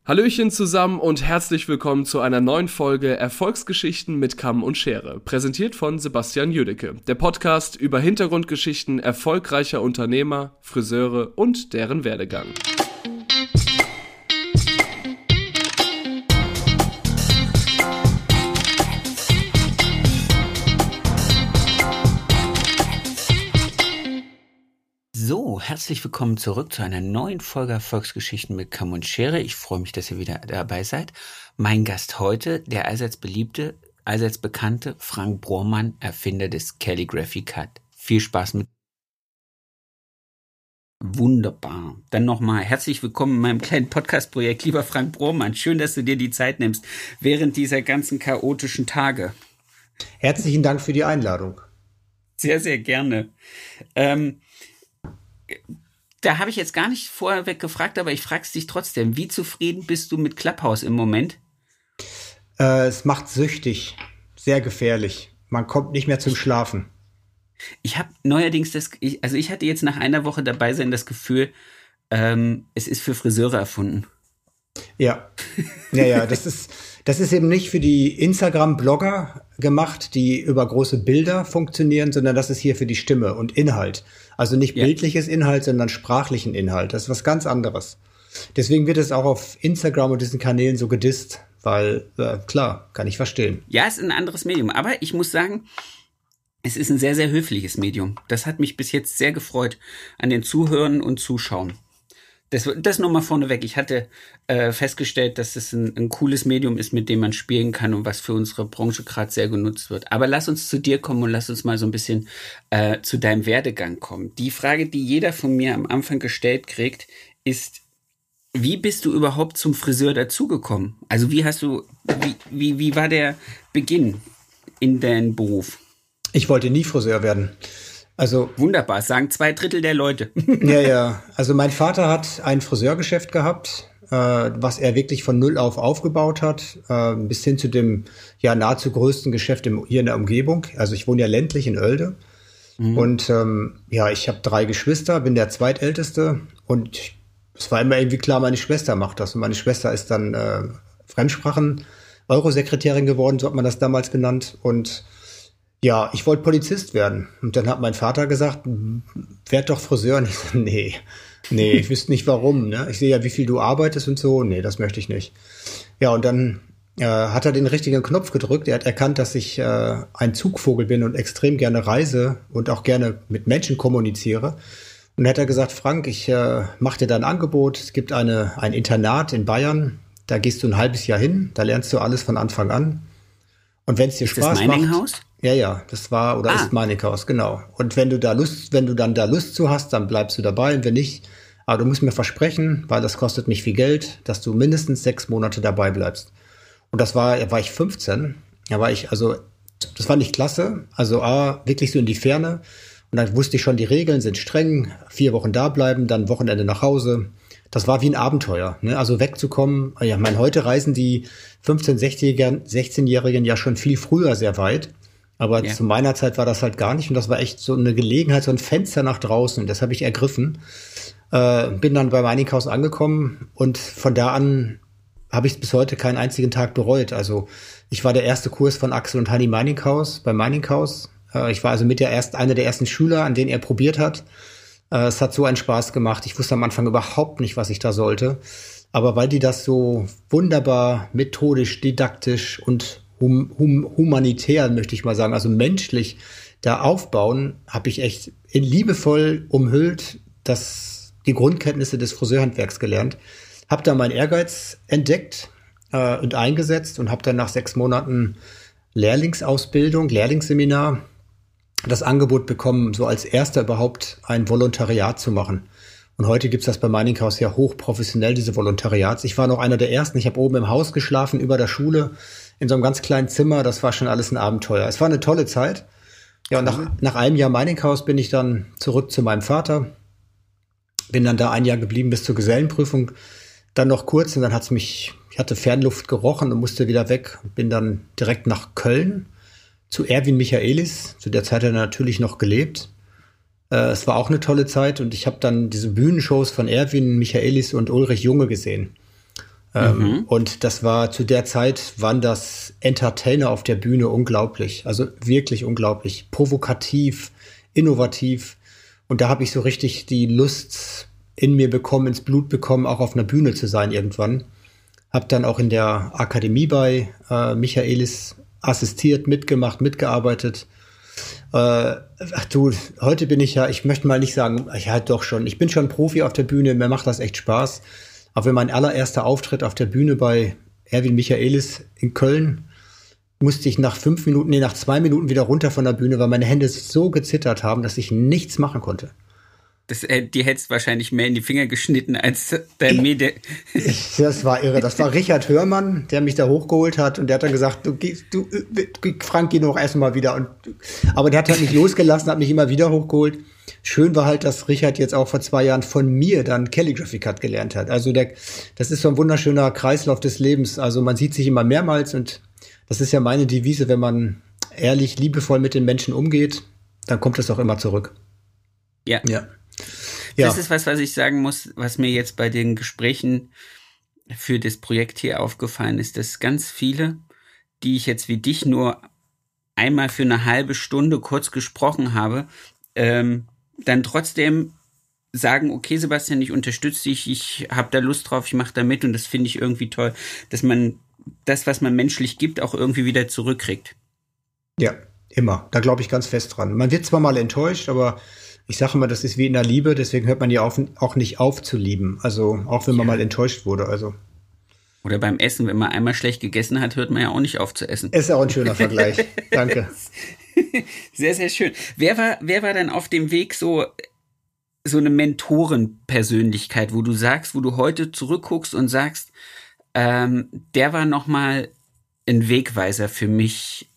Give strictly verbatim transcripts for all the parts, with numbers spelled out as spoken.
Hallöchen zusammen und herzlich willkommen zu einer neuen Folge Erfolgsgeschichten mit Kamm und Schere, präsentiert von Sebastian Jüdecke, der Podcast über Hintergrundgeschichten erfolgreicher Unternehmer, Friseure und deren Werdegang. So, herzlich willkommen zurück zu einer neuen Folge Erfolgsgeschichten mit Kamm und Schere. Ich freue mich, dass ihr wieder dabei seid. Mein Gast heute, der allseits beliebte, allseits bekannte Frank Brohrmann, Erfinder des Calligraphy Cut. Viel Spaß mit. Wunderbar. Dann nochmal herzlich willkommen in meinem kleinen Podcast-Projekt, lieber Frank Brohrmann. Schön, dass du dir die Zeit nimmst während dieser ganzen chaotischen Tage. Herzlichen Dank für die Einladung. Sehr, sehr gerne. Ähm, Da habe ich jetzt gar nicht vorweg gefragt, aber ich frage es dich trotzdem. Wie zufrieden bist du mit Clubhouse im Moment? Äh, es macht süchtig. Sehr gefährlich. Man kommt nicht mehr zum Schlafen. Ich habe neuerdings das, ich, also ich hatte jetzt nach einer Woche dabei sein das Gefühl, ähm, es ist für Friseure erfunden. Ja, ja, ja, das ist, das ist eben nicht für die Instagram-Blogger gemacht, die über große Bilder funktionieren, sondern das ist hier für die Stimme und Inhalt. Also nicht ja. bildliches Inhalt, sondern sprachlichen Inhalt. Das ist was ganz anderes. Deswegen wird es auch auf Instagram und diesen Kanälen so gedisst, weil, äh, klar, kann ich verstehen. Ja, es ist ein anderes Medium, aber ich muss sagen, es ist ein sehr, sehr höfliches Medium. Das hat mich bis jetzt sehr gefreut an den Zuhörern und Zuschauen. Das, das nur mal vorneweg. Ich hatte äh, festgestellt, dass es ein, ein cooles Medium ist, mit dem man spielen kann und was für unsere Branche gerade sehr genutzt wird. Aber lass uns zu dir kommen und lass uns mal so ein bisschen äh, zu deinem Werdegang kommen. Die Frage, die jeder von mir am Anfang gestellt kriegt, ist, wie bist du überhaupt zum Friseur dazugekommen? Also wie hast du, wie, wie, wie war der Beginn in deinem Beruf? Ich wollte nie Friseur werden. Also wunderbar, sagen zwei Drittel der Leute. Ja, ja. Also mein Vater hat ein Friseurgeschäft gehabt, äh, was er wirklich von null auf aufgebaut hat, äh, bis hin zu dem ja nahezu größten Geschäft im, hier in der Umgebung. Also ich wohne ja ländlich in Oelde. Mhm. Und ähm, ja, ich habe drei Geschwister, bin der zweitälteste. Und es war immer irgendwie klar, meine Schwester macht das. Und meine Schwester ist dann äh, Fremdsprachen-Eurosekretärin geworden, so hat man das damals genannt. Und ja, ich wollte Polizist werden. Und dann hat mein Vater gesagt, werd doch Friseur. Und ich so, nee, nee, ich wüsste nicht warum. Ne? Ich sehe ja, wie viel du arbeitest und so. Nee, das möchte ich nicht. Ja, und dann äh, hat er den richtigen Knopf gedrückt. Er hat erkannt, dass ich äh, ein Zugvogel bin und extrem gerne reise und auch gerne mit Menschen kommuniziere. Und dann hat er gesagt, Frank, ich äh, mache dir da ein Angebot. Es gibt eine ein Internat in Bayern. Da gehst du ein halbes Jahr hin. Da lernst du alles von Anfang an. Und wenn es dir ist Spaß das macht. Meininghaus? Ja, ja, das war oder ah. ist Meininghaus, genau. Und wenn du da Lust, wenn du dann da Lust zu hast, dann bleibst du dabei. Und wenn nicht, aber du musst mir versprechen, weil das kostet nicht viel Geld, dass du mindestens sechs Monate dabei bleibst. Und das war, da war ich fünfzehn. Da war ich, also, das fand ich klasse. Also, A, wirklich so in die Ferne. Und dann wusste ich schon, die Regeln sind streng. Vier Wochen da bleiben, dann Wochenende nach Hause. Das war wie ein Abenteuer, ne? Also wegzukommen. Ja, ich meine, heute reisen die fünfzehn-, sechzehnjährigen ja schon viel früher sehr weit. Aber ja. zu meiner Zeit war das halt gar nicht. Und das war echt so eine Gelegenheit, so ein Fenster nach draußen. Und das habe ich ergriffen. Äh, bin dann beim Meininghaus angekommen. Und von da an habe ich bis heute keinen einzigen Tag bereut. Also ich war der erste Kurs von Axel und Hanni Meininghaus beim Meininghaus. Äh, ich war also mit der erst, einer der ersten Schüler, an denen er probiert hat. Äh, es hat so einen Spaß gemacht. Ich wusste am Anfang überhaupt nicht, was ich da sollte. Aber weil die das so wunderbar, methodisch, didaktisch und Hum, hum, humanitär, möchte ich mal sagen, also menschlich da aufbauen, habe ich echt in liebevoll umhüllt das, die Grundkenntnisse des Friseurhandwerks gelernt. Habe da meinen Ehrgeiz entdeckt äh, und eingesetzt und habe dann nach sechs Monaten Lehrlingsausbildung, Lehrlingsseminar, das Angebot bekommen, so als erster überhaupt ein Volontariat zu machen. Und heute gibt's das bei Meininghaus ja hochprofessionell, diese Volontariats. Ich war noch einer der ersten. Ich habe oben im Haus geschlafen, über der Schule, in so einem ganz kleinen Zimmer. Das war schon alles ein Abenteuer. Es war eine tolle Zeit. Ja, und nach, nach einem Jahr Meininghaus bin ich dann zurück zu meinem Vater. Bin dann da ein Jahr geblieben bis zur Gesellenprüfung. Dann noch kurz und dann hat's mich, ich hatte Fernluft gerochen und musste wieder weg. Bin dann direkt nach Köln zu Erwin Michaelis. Zu der Zeit hat er natürlich noch gelebt. Äh, es war auch eine tolle Zeit und ich habe dann diese Bühnenshows von Erwin Michaelis und Ulrich Junge gesehen. Ähm, mhm. Und das war zu der Zeit, waren das Entertainer auf der Bühne unglaublich. Also wirklich unglaublich. Provokativ, innovativ. Und da habe ich so richtig die Lust in mir bekommen, ins Blut bekommen, auch auf einer Bühne zu sein irgendwann. Hab dann auch in der Akademie bei äh, Michaelis assistiert, mitgemacht, mitgearbeitet. Äh, ach du, heute bin ich ja, ich möchte mal nicht sagen, ja doch schon, ich bin schon Profi auf der Bühne, mir macht das echt Spaß. Aber mein allererster Auftritt auf der Bühne bei Erwin Michaelis in Köln, musste ich nach fünf Minuten, nee, nach zwei Minuten wieder runter von der Bühne, weil meine Hände so gezittert haben, dass ich nichts machen konnte. Das, äh, die hättest wahrscheinlich mehr in die Finger geschnitten als der Mede. Das war irre. Das war Richard Hörmann, der mich da hochgeholt hat und der hat dann gesagt, du gehst, du, Frank, geh noch erstmal wieder. Und, aber der hat halt nicht losgelassen, hat mich immer wieder hochgeholt. Schön war halt, dass Richard jetzt auch vor zwei Jahren von mir dann Calligraphy Cut gelernt hat. Also der, das ist so ein wunderschöner Kreislauf des Lebens. Also man sieht sich immer mehrmals und das ist ja meine Devise, wenn man ehrlich, liebevoll mit den Menschen umgeht, dann kommt es auch immer zurück. Ja. Ja. Das ja. ist was, was ich sagen muss, was mir jetzt bei den Gesprächen für das Projekt hier aufgefallen ist, dass ganz viele, die ich jetzt wie dich nur einmal für eine halbe Stunde kurz gesprochen habe, ähm, dann trotzdem sagen, okay, Sebastian, ich unterstütze dich, ich habe da Lust drauf, ich mache da mit und das finde ich irgendwie toll, dass man das, was man menschlich gibt, auch irgendwie wieder zurückkriegt. Ja, immer. Da glaube ich ganz fest dran. Man wird zwar mal enttäuscht, aber ich sage immer, das ist wie in der Liebe, deswegen hört man ja auf, auch nicht auf zu lieben. Also auch wenn man ja. mal enttäuscht wurde. Also oder beim Essen, wenn man einmal schlecht gegessen hat, hört man ja auch nicht auf zu essen. Ist auch ein schöner Vergleich. Danke. Sehr, sehr schön. Wer war, wer war dann auf dem Weg so, so eine Mentorenpersönlichkeit, wo du sagst, wo du heute zurückguckst und sagst, ähm, der war nochmal ein Wegweiser für mich.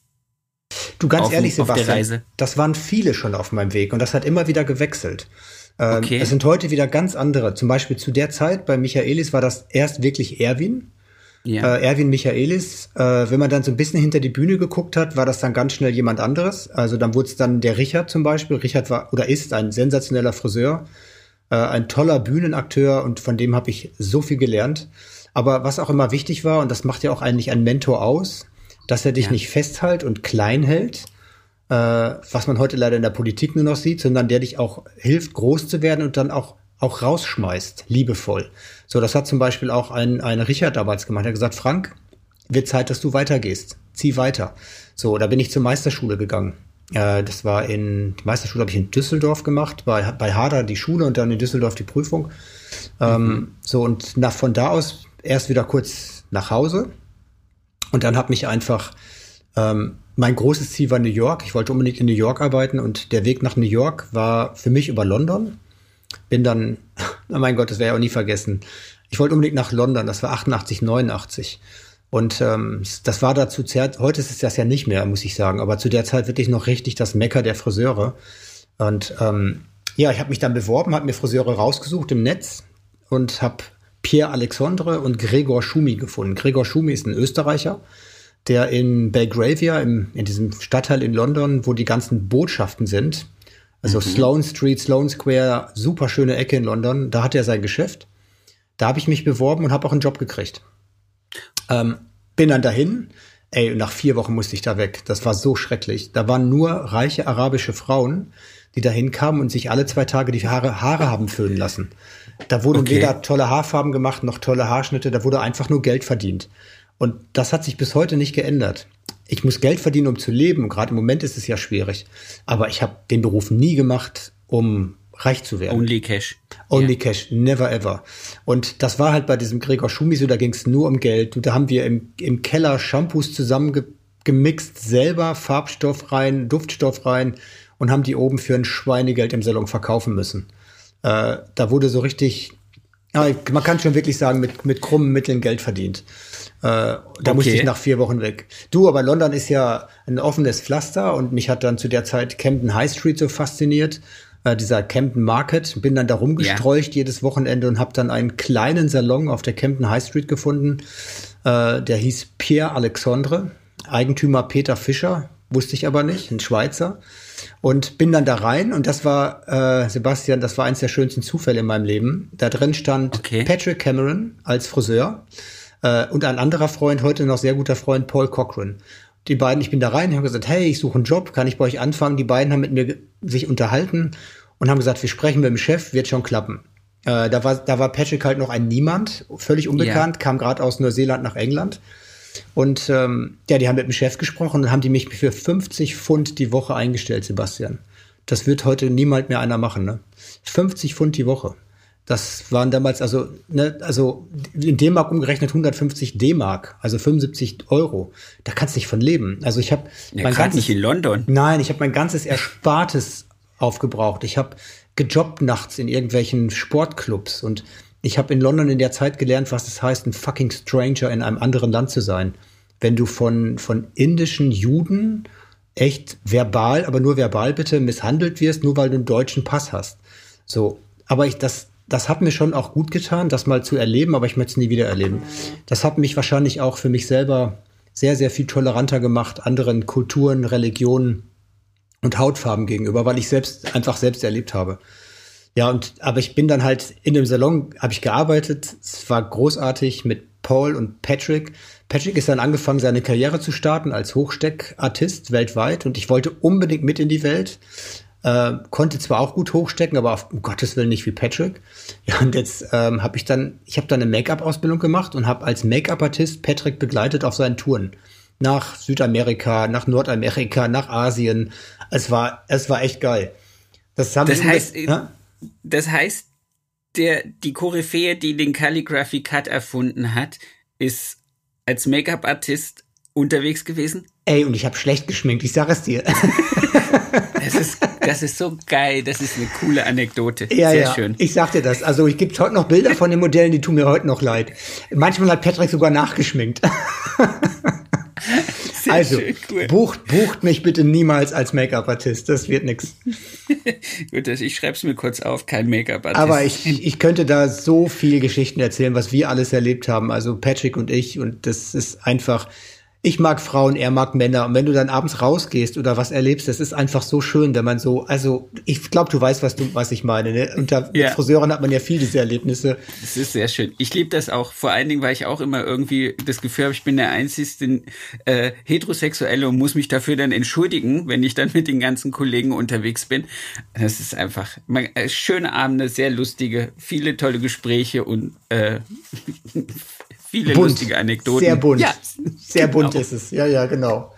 Du, ganz auf, ehrlich, Sebastian, auf der Reise. Das waren viele schon auf meinem Weg und das hat immer wieder gewechselt. Ähm, okay. Es sind heute wieder ganz andere. Zum Beispiel zu der Zeit bei Michaelis war das erst wirklich Erwin. Ja. Äh, Erwin Michaelis. Äh, wenn man dann so ein bisschen hinter die Bühne geguckt hat, war das dann ganz schnell jemand anderes. Also dann wurde es dann der Richard zum Beispiel. Richard war oder ist ein sensationeller Friseur, äh, ein toller Bühnenakteur und von dem habe ich so viel gelernt. Aber was auch immer wichtig war, und das macht ja auch eigentlich ein Mentor aus, dass er dich ja. nicht festhält und klein hält, äh, was man heute leider in der Politik nur noch sieht, sondern der dich auch hilft, groß zu werden und dann auch auch rausschmeißt, liebevoll. So, das hat zum Beispiel auch ein, ein Richard damals gemacht. Er hat gesagt, Frank, wird Zeit, dass du weitergehst. Zieh weiter. So, da bin ich zur Meisterschule gegangen. Äh, das war in, die Meisterschule habe ich in Düsseldorf gemacht, bei, bei Hader die Schule und dann in Düsseldorf die Prüfung. Ähm, mhm. So, und nach, von da aus erst wieder kurz nach Hause. Und dann hat mich einfach, ähm, mein großes Ziel war New York. Ich wollte unbedingt in New York arbeiten und der Weg nach New York war für mich über London. Bin dann, oh mein Gott, das werde ich auch nie vergessen. Ich wollte unbedingt nach London, das war achtundachtzig, neunundachtzig. Und ähm, das war dazu, heute ist es das ja nicht mehr, muss ich sagen, aber zu der Zeit wirklich noch richtig das Mekka der Friseure. Und ähm, ja, ich habe mich dann beworben, habe mir Friseure rausgesucht im Netz und habe Pierre Alexandre und Gregor Schumi gefunden. Gregor Schumi ist ein Österreicher, der in Belgravia, im, in diesem Stadtteil in London, wo die ganzen Botschaften sind, also mhm. Sloane Street, Sloane Square, super schöne Ecke in London, da hat er sein Geschäft. Da habe ich mich beworben und habe auch einen Job gekriegt. Ähm, bin dann dahin, ey, nach vier Wochen musste ich da weg. Das war so schrecklich. Da waren nur reiche arabische Frauen, die dahin kamen und sich alle zwei Tage die Haare, Haare haben föhnen lassen. Da wurden okay. weder tolle Haarfarben gemacht, noch tolle Haarschnitte, da wurde einfach nur Geld verdient. Und das hat sich bis heute nicht geändert. Ich muss Geld verdienen, um zu leben. Gerade im Moment ist es ja schwierig. Aber ich habe den Beruf nie gemacht, um reich zu werden. Only Cash. Only yeah. Cash, never ever. Und das war halt bei diesem Gregor Schumi so, da ging es nur um Geld. Da haben wir im, im Keller Shampoos zusammengemixt, selber Farbstoff rein, Duftstoff rein und haben die oben für ein Schweinegeld im Salon verkaufen müssen. Äh, da wurde so richtig, ja, man kann schon wirklich sagen, mit, mit krummen Mitteln Geld verdient. Äh, da okay. musste ich nach vier Wochen weg. Du, aber London ist ja ein offenes Pflaster und mich hat dann zu der Zeit Camden High Street so fasziniert, äh, dieser Camden Market. Bin dann da rumgestreucht ja. jedes Wochenende und habe dann einen kleinen Salon auf der Camden High Street gefunden. Äh, der hieß Pierre Alexandre, Eigentümer Peter Fischer, wusste ich aber nicht, ein Schweizer. Und bin dann da rein und das war, äh, Sebastian, das war eins der schönsten Zufälle in meinem Leben. Da drin stand okay. Patrick Cameron als Friseur. Äh, und ein anderer Freund, heute noch sehr guter Freund, Paul Cochran. Die beiden, ich bin da rein, die haben gesagt, hey, ich suche einen Job, kann ich bei euch anfangen? Die beiden haben mit mir ge- sich unterhalten und haben gesagt, wir sprechen mit dem Chef, wird schon klappen. Äh, da war, da war Patrick halt noch ein Niemand, völlig unbekannt, ja. Kam gerade aus Neuseeland nach England. Und ähm, ja, die haben mit dem Chef gesprochen und haben die mich für fünfzig Pfund die Woche eingestellt, Sebastian. Das wird heute niemand mehr einer machen, ne? fünfzig Pfund die Woche. Das waren damals, also, ne, also in D-Mark umgerechnet hundertfünfzig D-Mark, also fünfundsiebzig Euro. Da kannst du nicht von leben. Also ich habe ja, mein ganzes, nicht in London. Nein, ich habe mein ganzes Erspartes aufgebraucht. Ich habe gejobbt nachts in irgendwelchen Sportclubs und ich habe in London in der Zeit gelernt, was es heißt, ein fucking Stranger in einem anderen Land zu sein. Wenn du von von indischen Juden echt verbal, aber nur verbal bitte, misshandelt wirst, nur weil du einen deutschen Pass hast. So, aber ich das Das hat mir schon auch gut getan, das mal zu erleben, aber ich möchte es nie wieder erleben. Das hat mich wahrscheinlich auch für mich selber sehr, sehr viel toleranter gemacht, anderen Kulturen, Religionen und Hautfarben gegenüber, weil ich selbst einfach selbst erlebt habe. Ja, und aber ich bin dann halt in dem Salon, habe ich gearbeitet. Es war großartig mit Paul und Patrick. Patrick ist dann angefangen, seine Karriere zu starten als Hochsteckartist weltweit und ich wollte unbedingt mit in die Welt. Äh, konnte zwar auch gut hochstecken, aber auf, um Gottes Willen nicht wie Patrick. Ja, und jetzt ähm, habe ich dann, ich habe dann eine Make-up-Ausbildung gemacht und habe als Make-up-Artist Patrick begleitet auf seinen Touren. Nach Südamerika, nach Nordamerika, nach Asien. Es war, es war echt geil. Das, haben das heißt, mit, ja? das heißt, der, die Koryphäe, die den Calligraphy Cut erfunden hat, ist als Make-up-Artist unterwegs gewesen? Ey, und ich habe schlecht geschminkt, ich sage es dir. Das ist, das ist so geil, das ist eine coole Anekdote. Ja, Sehr ja, schön. Ich sag dir das. Also, ich gibt heute noch Bilder von den Modellen, die tun mir heute noch leid. Manchmal hat Patrick sogar nachgeschminkt. Sehr also, schön, cool. bucht, bucht mich bitte niemals als Make-up-Artist. Das wird nix. Gut, ich schreib's mir kurz auf, kein Make-up-Artist. Aber ich, ich könnte da so viel Geschichten erzählen, was wir alles erlebt haben. Also Patrick und ich. Und das ist einfach... Ich mag Frauen, er mag Männer. Und wenn du dann abends rausgehst oder was erlebst, das ist einfach so schön, wenn man so, also ich glaube, du weißt, was du, was ich meine. Ne? Unter ja. Friseuren hat man ja viel diese Erlebnisse. Das ist sehr schön. Ich liebe das auch. Vor allen Dingen, weil ich auch immer irgendwie das Gefühl habe, ich bin der einzige äh, Heterosexuelle und muss mich dafür dann entschuldigen, wenn ich dann mit den ganzen Kollegen unterwegs bin. Das ist einfach man, äh, schöne Abende, sehr lustige, viele tolle Gespräche und äh, viele bunt. Lustige Anekdoten. Sehr bunt. Ja, sehr genau. bunt ist es. Ja, ja, genau.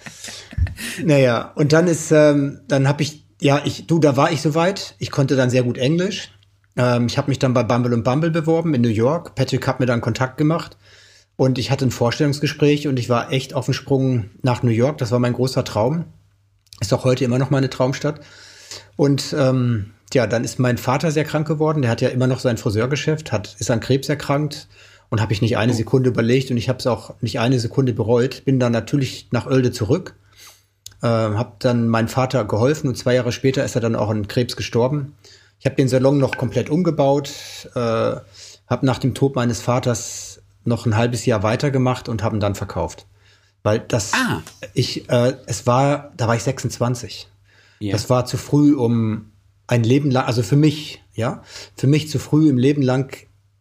Naja, und dann ist, ähm, dann habe ich, ja, ich, du, da war ich soweit. Ich konnte dann sehr gut Englisch. Ähm, ich habe mich dann bei Bumble und Bumble beworben in New York. Patrick hat mir dann Kontakt gemacht. Und ich hatte ein Vorstellungsgespräch und ich war echt auf dem Sprung nach New York. Das war mein großer Traum. Ist auch heute immer noch meine Traumstadt. Und ähm, ja, dann ist mein Vater sehr krank geworden. Der hat ja immer noch sein Friseurgeschäft, hat, ist an Krebs erkrankt. Und habe ich nicht eine Sekunde überlegt und ich habe es auch nicht eine Sekunde bereut. Bin dann natürlich nach Oelde zurück, äh, habe dann meinem Vater geholfen und zwei Jahre später ist er dann auch an Krebs gestorben. Ich habe den Salon noch komplett umgebaut, äh, habe nach dem Tod meines Vaters noch ein halbes Jahr weitergemacht und habe ihn dann verkauft. Weil das, ah. ich, äh, es war, da war ich sechsundzwanzig. Ja. Das war zu früh, um ein Leben lang, also für mich, ja, für mich zu früh im Leben lang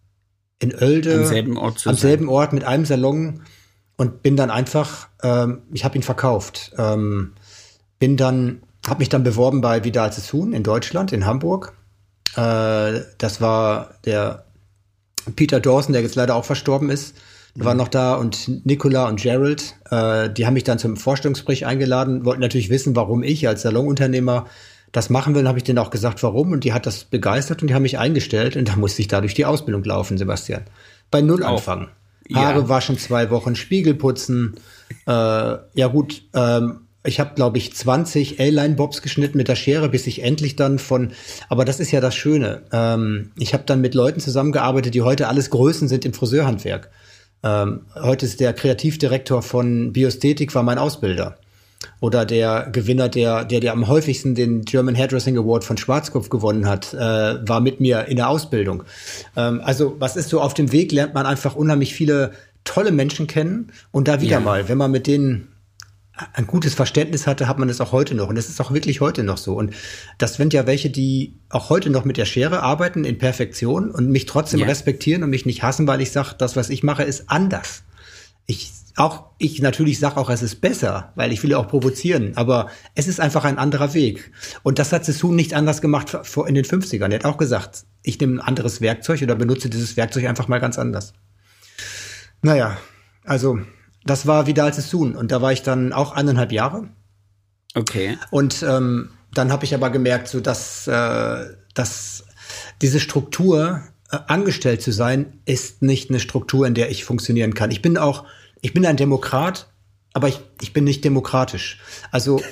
in Oelde, am selben Ort zu am sein. selben Ort mit einem Salon und bin dann einfach, ähm, ich habe ihn verkauft, ähm, bin dann, habe mich dann beworben bei Vidal Sassoon in Deutschland, in Hamburg. Äh, das war der Peter Dawson, der jetzt leider auch verstorben ist, der mhm. war noch da und Nicola und Gerald, äh, die haben mich dann zum Vorstellungsgespräch eingeladen, wollten natürlich wissen, warum ich als Salonunternehmer das machen will, habe ich denen auch gesagt, warum. Und die hat das begeistert und die haben mich eingestellt. Und da musste ich dadurch die Ausbildung laufen, Sebastian. Bei Null auch. anfangen. Ja. Haare waschen, zwei Wochen, Spiegel putzen. Äh, ja gut, ähm, ich habe, glaube ich, zwanzig A-Line-Bobs geschnitten mit der Schere, bis ich endlich dann von, aber das ist ja das Schöne. Ähm, ich habe dann mit Leuten zusammengearbeitet, die heute alles Größen sind im Friseurhandwerk. Ähm, heute ist der Kreativdirektor von Biosthetik, war mein Ausbilder. Oder der Gewinner, der, der, der am häufigsten den German Hairdressing Award von Schwarzkopf gewonnen hat, äh, war mit mir in der Ausbildung. Ähm, also, was ist so auf dem Weg, lernt man einfach unheimlich viele tolle Menschen kennen. Und da wieder ja. mal, wenn man mit denen ein gutes Verständnis hatte, hat man es auch heute noch. Und das ist auch wirklich heute noch so. Und das sind ja welche, die auch heute noch mit der Schere arbeiten in Perfektion und mich trotzdem ja. respektieren und mich nicht hassen, weil ich sage, das, was ich mache, ist anders. ich auch, ich natürlich sage auch, es ist besser, weil ich will ja auch provozieren, aber es ist einfach ein anderer Weg. Und das hat Sassoon nicht anders gemacht vor in den fünfzigern. Er hat auch gesagt, ich nehme ein anderes Werkzeug oder benutze dieses Werkzeug einfach mal ganz anders. Naja, also das war Vidal Sassoon und da war ich dann auch eineinhalb Jahre. Okay. Und ähm, dann habe ich aber gemerkt, so dass, äh, dass diese Struktur, äh, angestellt zu sein, ist nicht eine Struktur, in der ich funktionieren kann. Ich bin auch, ich bin ein Demokrat, aber ich, ich bin nicht demokratisch. Also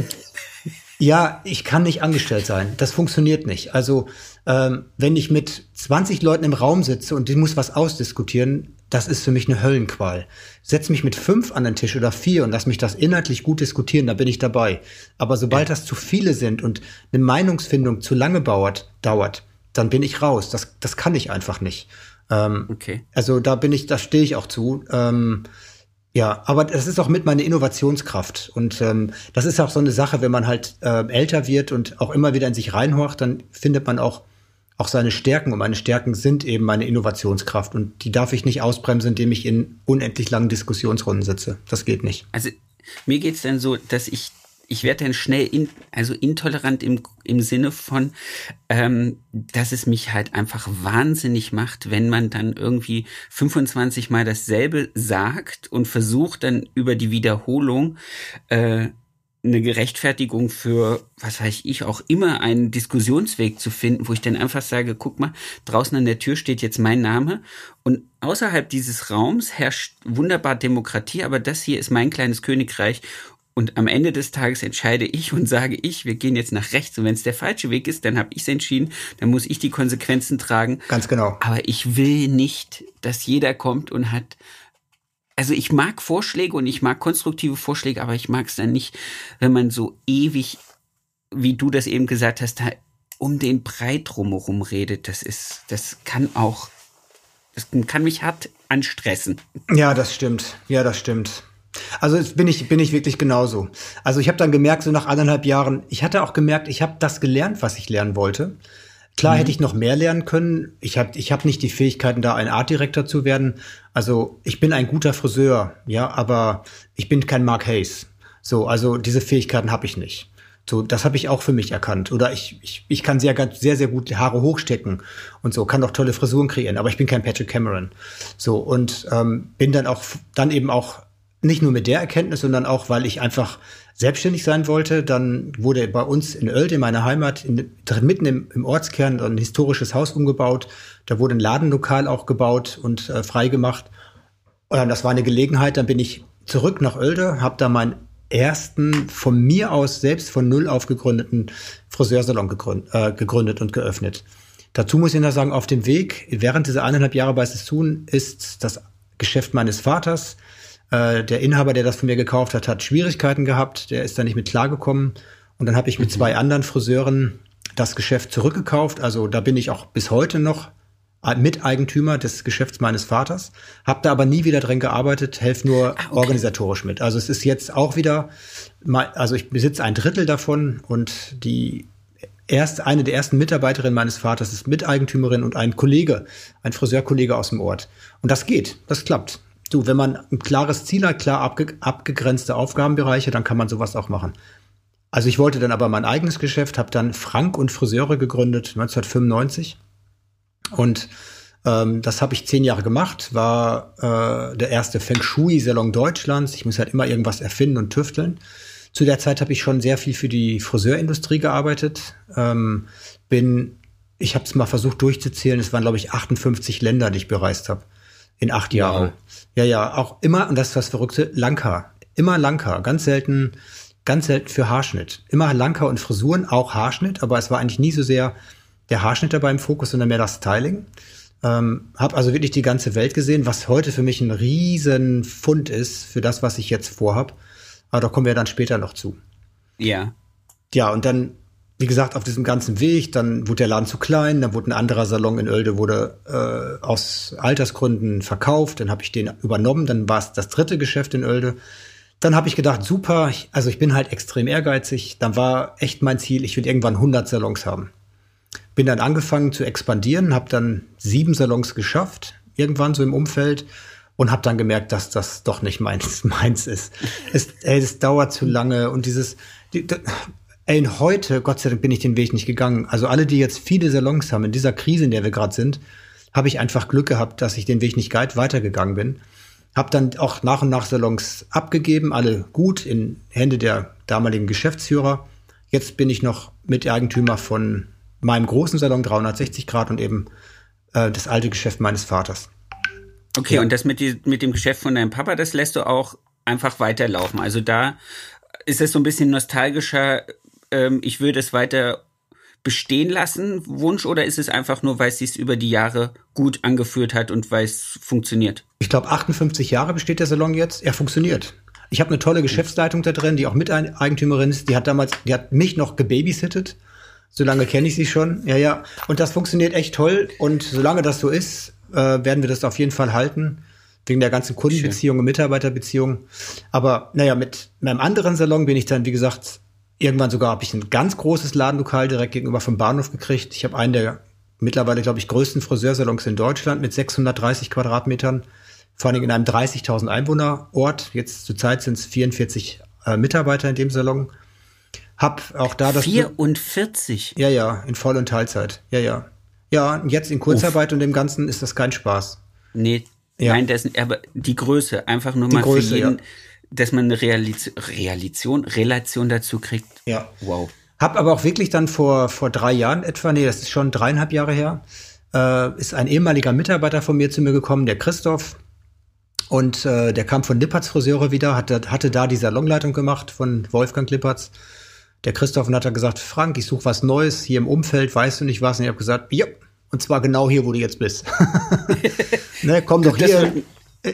ja, ich kann nicht angestellt sein. Das funktioniert nicht. Also ähm, wenn ich mit zwanzig Leuten im Raum sitze und ich muss was ausdiskutieren, das ist für mich eine Höllenqual. Setz mich mit fünf an den Tisch oder vier und lass mich das inhaltlich gut diskutieren, da bin ich dabei. Aber sobald das zu viele sind und eine Meinungsfindung zu lange dauert, dauert, dann bin ich raus. Das, das kann ich einfach nicht. Ähm, okay. Also da bin ich, da stehe ich auch zu. Ähm, ja, aber das ist auch mit meiner Innovationskraft. Und ähm, das ist auch so eine Sache, wenn man halt äh, älter wird und auch immer wieder in sich reinhorcht, dann findet man auch auch seine Stärken. Und meine Stärken sind eben meine Innovationskraft. Und die darf ich nicht ausbremsen, indem ich in unendlich langen Diskussionsrunden sitze. Das geht nicht. Also mir geht's dann so, dass ich ich werde dann schnell in, also intolerant im im Sinne von, ähm, dass es mich halt einfach wahnsinnig macht, wenn man dann irgendwie fünfundzwanzig Mal dasselbe sagt und versucht dann über die Wiederholung äh, eine Gerechtfertigung für, was weiß ich, auch immer einen Diskussionsweg zu finden, wo ich dann einfach sage, guck mal, draußen an der Tür steht jetzt mein Name und außerhalb dieses Raums herrscht wunderbar Demokratie, aber das hier ist mein kleines Königreich und am Ende des Tages entscheide ich und sage ich, wir gehen jetzt nach rechts und wenn es der falsche Weg ist, dann habe ich es entschieden, dann muss ich die Konsequenzen tragen. Ganz genau. Aber ich will nicht, dass jeder kommt und hat. Also ich mag Vorschläge und ich mag konstruktive Vorschläge, aber ich mag es dann nicht, wenn man so ewig, wie du das eben gesagt hast, um den Brei drumherum redet. Das ist, das kann auch, das kann mich hart anstressen. Ja, das stimmt. Ja, das stimmt. Also jetzt bin ich, bin ich wirklich genauso. Also ich habe dann gemerkt, so nach anderthalb Jahren, ich hatte auch gemerkt, ich habe das gelernt, was ich lernen wollte. Klar mhm. hätte ich noch mehr lernen können. Ich habe ich hab nicht die Fähigkeiten, da ein Artdirektor zu werden. Also ich bin ein guter Friseur, ja, aber ich bin kein Mark Hayes. So, also diese Fähigkeiten habe ich nicht. So, das habe ich auch für mich erkannt. Oder ich ich, ich kann sehr, sehr, sehr gut Haare hochstecken und so, kann auch tolle Frisuren kreieren, aber ich bin kein Patrick Cameron. So, und ähm, bin dann auch, dann eben auch nicht nur mit der Erkenntnis, sondern auch, weil ich einfach selbstständig sein wollte. Dann wurde bei uns in Oelde, in meiner Heimat, in, mitten im, im Ortskern, ein historisches Haus umgebaut. Da wurde ein Ladenlokal auch gebaut und äh, freigemacht. Und das war eine Gelegenheit. Dann bin ich zurück nach Oelde, habe da meinen ersten, von mir aus selbst von null auf gegründeten Friseursalon gegründet, äh, gegründet und geöffnet. Dazu muss ich noch sagen, auf dem Weg, während dieser eineinhalb Jahre bei Sassoon, ist das Geschäft meines Vaters. Äh, der Inhaber, der das von mir gekauft hat, hat Schwierigkeiten gehabt. Der ist da nicht mit klargekommen. Und dann habe ich mit mhm. zwei anderen Friseuren das Geschäft zurückgekauft. Also da bin ich auch bis heute noch Miteigentümer des Geschäfts meines Vaters. Habe da aber nie wieder drin gearbeitet, helfe nur ah, okay. organisatorisch mit. Also es ist jetzt auch wieder, also ich besitze ein Drittel davon und die erste, eine der ersten Mitarbeiterinnen meines Vaters ist Miteigentümerin und ein Kollege, ein Friseurkollege aus dem Ort. Und das geht, das klappt. Du, wenn man ein klares Ziel hat, klar abge- abgegrenzte Aufgabenbereiche, dann kann man sowas auch machen. Also ich wollte dann aber mein eigenes Geschäft, habe dann Frank und Friseure gegründet, neunzehnhundertfünfundneunzig. Und ähm, das habe ich zehn Jahre gemacht, war äh, der erste Feng Shui-Salon Deutschlands. Ich muss halt immer irgendwas erfinden und tüfteln. Zu der Zeit habe ich schon sehr viel für die Friseurindustrie gearbeitet. Ähm, bin, ich habe es mal versucht durchzuzählen, es waren, glaube ich, achtundfünfzig Länder, die ich bereist habe. In acht Jahren. Wow. Ja, ja, auch immer, und das ist das Verrückte, Langhaar. Immer Langhaar. Ganz selten, ganz selten für Haarschnitt. Immer Langhaar und Frisuren, auch Haarschnitt, aber es war eigentlich nie so sehr der Haarschnitt dabei im Fokus, sondern mehr das Styling. Ähm, hab also wirklich die ganze Welt gesehen, was heute für mich ein riesen Fund ist für das, was ich jetzt vorhab. Aber da kommen wir dann später noch zu. Ja. Ja, und dann, wie gesagt, auf diesem ganzen Weg, dann wurde der Laden zu klein, dann wurde ein anderer Salon in Oelde wurde äh, aus Altersgründen verkauft, dann habe ich den übernommen, dann war es das dritte Geschäft in Oelde. Dann habe ich gedacht, super, ich, also ich bin halt extrem ehrgeizig, dann war echt mein Ziel, ich will irgendwann hundert Salons haben. Bin dann angefangen zu expandieren, habe dann sieben Salons geschafft, irgendwann so im Umfeld und habe dann gemerkt, dass das doch nicht meins, meins ist. Es, ey, das dauert zu lange und dieses, die, die, ey, heute, Gott sei Dank, bin ich den Weg nicht gegangen. Also alle, die jetzt viele Salons haben, in dieser Krise, in der wir gerade sind, habe ich einfach Glück gehabt, dass ich den Weg nicht weitergegangen bin. Habe dann auch nach und nach Salons abgegeben, alle gut in Hände der damaligen Geschäftsführer. Jetzt bin ich noch Miteigentümer von meinem großen Salon dreihundertsechzig Grad und eben äh, das alte Geschäft meines Vaters. Okay, ja. Und das mit, die, mit dem Geschäft von deinem Papa, das lässt du auch einfach weiterlaufen. Also da ist es so ein bisschen nostalgischer, ähm, ich würde es weiter bestehen lassen, Wunsch, oder ist es einfach nur, weil es sich über die Jahre gut angeführt hat und weil es funktioniert? Ich glaube, achtundfünfzig Jahre besteht der Salon jetzt. Er funktioniert. Ich habe eine tolle Geschäftsleitung da drin, die auch Miteigentümerin ist. Die hat damals, die hat mich noch gebabysittet. So lange kenne ich sie schon. Ja, ja. Und das funktioniert echt toll. Und solange das so ist, äh, werden wir das auf jeden Fall halten. Wegen der ganzen Kundenbeziehungen, Mitarbeiterbeziehungen. Aber naja, mit meinem anderen Salon bin ich dann, wie gesagt, irgendwann sogar habe ich ein ganz großes Ladenlokal direkt gegenüber vom Bahnhof gekriegt. Ich habe einen der mittlerweile, glaube ich, größten Friseursalons in Deutschland mit sechshundertdreißig Quadratmetern. Vor allem in einem dreißigtausend Einwohner-Ort. Jetzt zurzeit sind es vierundvierzig äh, Mitarbeiter in dem Salon. Hab auch da das... vierundvierzig? Ja, ja, in Voll- und Teilzeit. Ja, ja. Ja, und jetzt in Kurzarbeit Uff. Und dem Ganzen ist das kein Spaß. Nee, ja. Nein, das, aber die Größe, einfach nur die mal Größe, für jeden, ja. dass man eine Realiz- Relation, Relation dazu kriegt. Ja. Wow. Hab aber auch wirklich dann vor, vor drei Jahren etwa, nee, das ist schon dreieinhalb Jahre her, äh, ist ein ehemaliger Mitarbeiter von mir zu mir gekommen, der Christoph. Und äh, der kam von Lippertz Friseure wieder, hatte, hatte da die Salonleitung gemacht von Wolfgang Lippertz. Der Christoph und hat gesagt, Frank, ich suche was Neues hier im Umfeld, weißt du nicht was? Und ich habe gesagt, ja, und zwar genau hier, wo du jetzt bist. Ne, komm doch das hier. Wird, äh,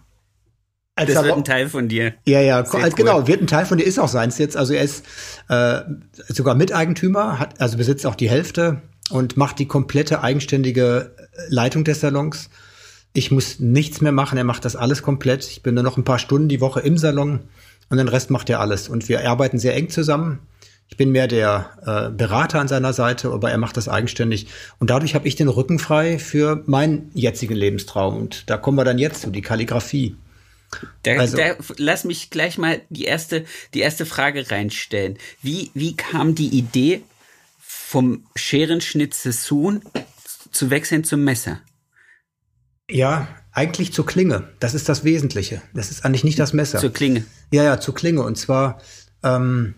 das Salon- wird ein Teil von dir. Ja, ja, Sehr als, cool. Genau, wird ein Teil von dir, ist auch seins jetzt. Also er ist äh, sogar Miteigentümer, hat, also besitzt auch die Hälfte und macht die komplette eigenständige Leitung des Salons. Ich muss nichts mehr machen, er macht das alles komplett. Ich bin nur noch ein paar Stunden die Woche im Salon und den Rest macht er alles. Und wir arbeiten sehr eng zusammen. Ich bin mehr der äh, Berater an seiner Seite, aber er macht das eigenständig. Und dadurch habe ich den Rücken frei für meinen jetzigen Lebenstraum. Und da kommen wir dann jetzt zu, die Kalligrafie. Da, also, da, lass mich gleich mal die erste, die erste Frage reinstellen. Wie, wie kam die Idee, vom Scherenschnitt Sessun zu wechseln zum Messer? Ja, eigentlich zur Klinge. Das ist das Wesentliche. Das ist eigentlich nicht das Messer. Zur Klinge? Ja, ja, zur Klinge. Und zwar ähm,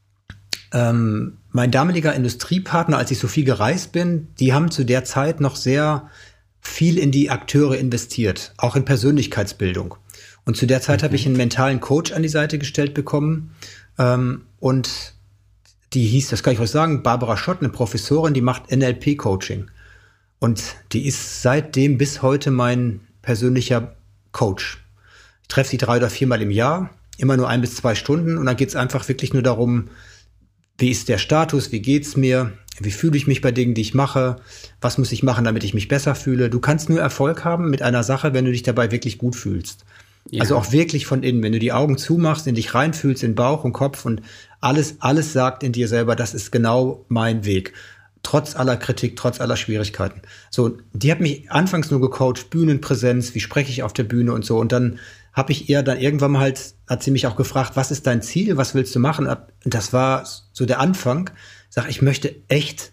ähm, mein damaliger Industriepartner, als ich so viel gereist bin, die haben zu der Zeit noch sehr viel in die Akteure investiert, auch in Persönlichkeitsbildung. Und zu der Zeit mhm. habe ich einen mentalen Coach an die Seite gestellt bekommen. Ähm, und die hieß, das kann ich euch sagen, Barbara Schott, eine Professorin, die macht N L P-Coaching. Und die ist seitdem bis heute mein persönlicher Coach. Ich treffe sie drei oder viermal im Jahr, immer nur ein bis zwei Stunden. Und dann geht es einfach wirklich nur darum, wie ist der Status, wie geht's mir, wie fühle ich mich bei Dingen, die ich mache, was muss ich machen, damit ich mich besser fühle. Du kannst nur Erfolg haben mit einer Sache, wenn du dich dabei wirklich gut fühlst. Ja. Also auch wirklich von innen, wenn du die Augen zumachst, in dich reinfühlst, in Bauch und Kopf und alles, alles sagt in dir selber, das ist genau mein Weg. Trotz aller Kritik, trotz aller Schwierigkeiten. So, die hat mich anfangs nur gecoacht, Bühnenpräsenz, wie spreche ich auf der Bühne und so. Und dann habe ich ihr dann irgendwann mal halt, hat sie mich auch gefragt, was ist dein Ziel, was willst du machen? Und das war so der Anfang. Ich sag, ich möchte echt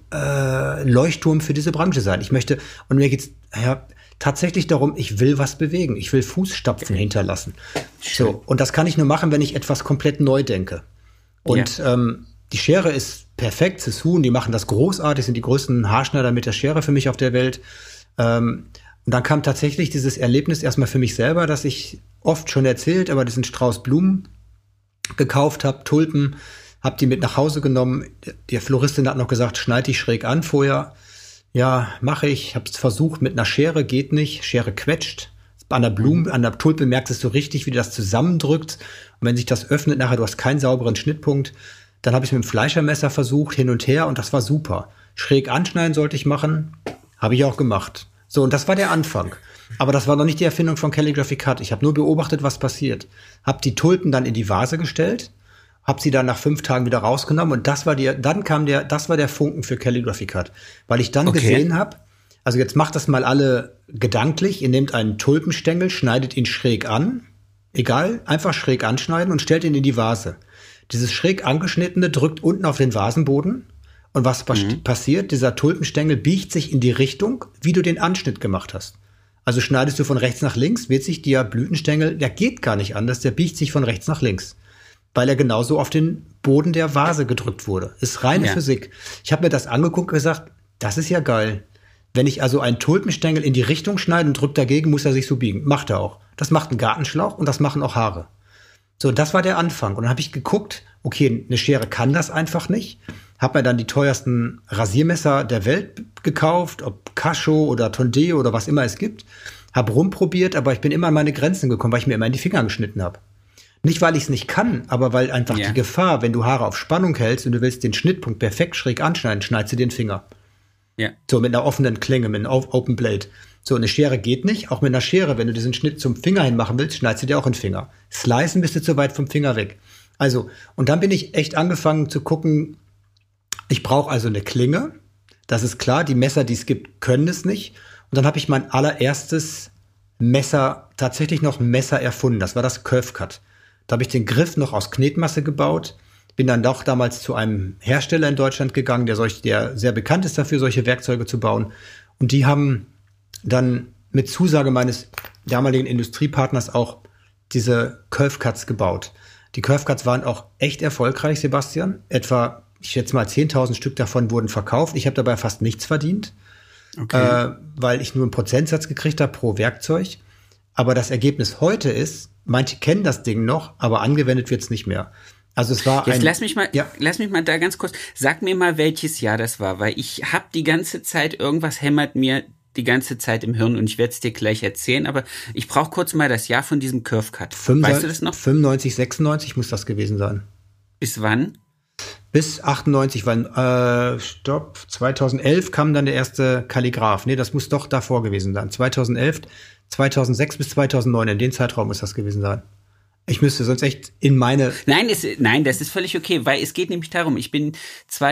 äh, Leuchtturm für diese Branche sein. Ich möchte, und mir geht's ja, tatsächlich darum, ich will was bewegen. Ich will Fußstapfen hinterlassen. Schön. So, und das kann ich nur machen, wenn ich etwas komplett neu denke. Und ja. ähm, die Schere ist perfekt, Sessun, die machen das großartig, sind die größten Haarschneider mit der Schere für mich auf der Welt. Ähm, und dann kam tatsächlich dieses Erlebnis erstmal für mich selber, dass ich oft schon erzählt, aber diesen Strauß Blumen gekauft habe, Tulpen, habe die mit nach Hause genommen. Die Floristin hat noch gesagt, schneid die schräg an vorher. Ja, mache ich. Habe es versucht mit einer Schere, geht nicht. Schere quetscht. An der Blume, an der Tulpe merkst du richtig, wie das zusammendrückt. Und wenn sich das öffnet, nachher, du hast keinen sauberen Schnittpunkt. Dann habe ich es mit dem Fleischermesser versucht, hin und her, und das war super. Schräg anschneiden sollte ich machen, habe ich auch gemacht. So, und das war der Anfang. Aber das war noch nicht die Erfindung von Calligraphy Cut. Ich habe nur beobachtet, was passiert. Habe die Tulpen dann in die Vase gestellt, habe sie dann nach fünf Tagen wieder rausgenommen, und das war die, dann kam der, das war der Funken für Calligraphy Cut, weil ich dann okay. gesehen habe, Also jetzt macht das mal alle gedanklich. Ihr nehmt einen Tulpenstängel, schneidet ihn schräg an. Egal, einfach schräg anschneiden und stellt ihn in die Vase. Dieses schräg angeschnittene drückt unten auf den Vasenboden. Und was mhm. passiert? Dieser Tulpenstängel biegt sich in die Richtung, wie du den Anschnitt gemacht hast. Also schneidest du von rechts nach links, wird sich der Blütenstängel, der geht gar nicht anders, der biegt sich von rechts nach links. Weil er genauso auf den Boden der Vase gedrückt wurde. Ist reine ja. Physik. Ich habe mir das angeguckt und gesagt, das ist ja geil. Wenn ich also einen Tulpenstängel in die Richtung schneide und drücke dagegen, muss er sich so biegen. Macht er auch. Das macht ein Gartenschlauch und das machen auch Haare. So, das war der Anfang. Und dann habe ich geguckt, okay, eine Schere kann das einfach nicht. Habe mir dann die teuersten Rasiermesser der Welt gekauft, ob Casio oder Tondeo oder was immer es gibt. Habe rumprobiert, aber ich bin immer an meine Grenzen gekommen, weil ich mir immer in die Finger geschnitten habe. Nicht, weil ich es nicht kann, aber weil einfach ja. die Gefahr, wenn du Haare auf Spannung hältst und du willst den Schnittpunkt perfekt schräg anschneiden, schneidest du den Finger. Ja. So mit einer offenen Klinge, mit einem Open Blade. So, eine Schere geht nicht. Auch mit einer Schere, wenn du diesen Schnitt zum Finger hin machen willst, schneidest du dir auch einen Finger. Slicen bist du zu weit vom Finger weg. Also, und dann bin ich echt angefangen zu gucken, ich brauche also eine Klinge. Das ist klar, die Messer, die es gibt, können es nicht. Und dann habe ich mein allererstes Messer, tatsächlich noch ein Messer erfunden. Das war das Curve Cut. Da habe ich den Griff noch aus Knetmasse gebaut. Bin dann doch damals zu einem Hersteller in Deutschland gegangen, der, solch, der sehr bekannt ist dafür, solche Werkzeuge zu bauen. Und die haben dann mit Zusage meines damaligen Industriepartners auch diese Curve Cuts gebaut. Die Curve Cuts waren auch echt erfolgreich, Sebastian. Etwa, ich schätze mal, zehntausend Stück davon wurden verkauft. Ich habe dabei fast nichts verdient, okay. äh, weil ich nur einen Prozentsatz gekriegt habe pro Werkzeug. Aber das Ergebnis heute ist, manche kennen das Ding noch, aber angewendet wird es nicht mehr. Also es war Jetzt ein, lass mich mal, ja. lass mich mal da ganz kurz, sag mir mal, welches Jahr das war, weil ich habe die ganze Zeit, irgendwas hämmert mir die ganze Zeit im Hirn und ich werde es dir gleich erzählen, aber ich brauche kurz mal das Jahr von diesem Curve Cut. fünfundneunzig, weißt du das noch? fünfundneunzig, sechsundneunzig muss das gewesen sein. Bis wann? Bis achtundneunzig, weil, äh, stopp, zweitausendelf kam dann der erste Kalligraph. Nee, das muss doch davor gewesen sein. zweitausendelf, zweitausendsechs bis zweitausendneun, in dem Zeitraum muss das gewesen sein. Ich müsste sonst echt in meine... Nein, es, nein, das ist völlig okay, weil es geht nämlich darum, ich bin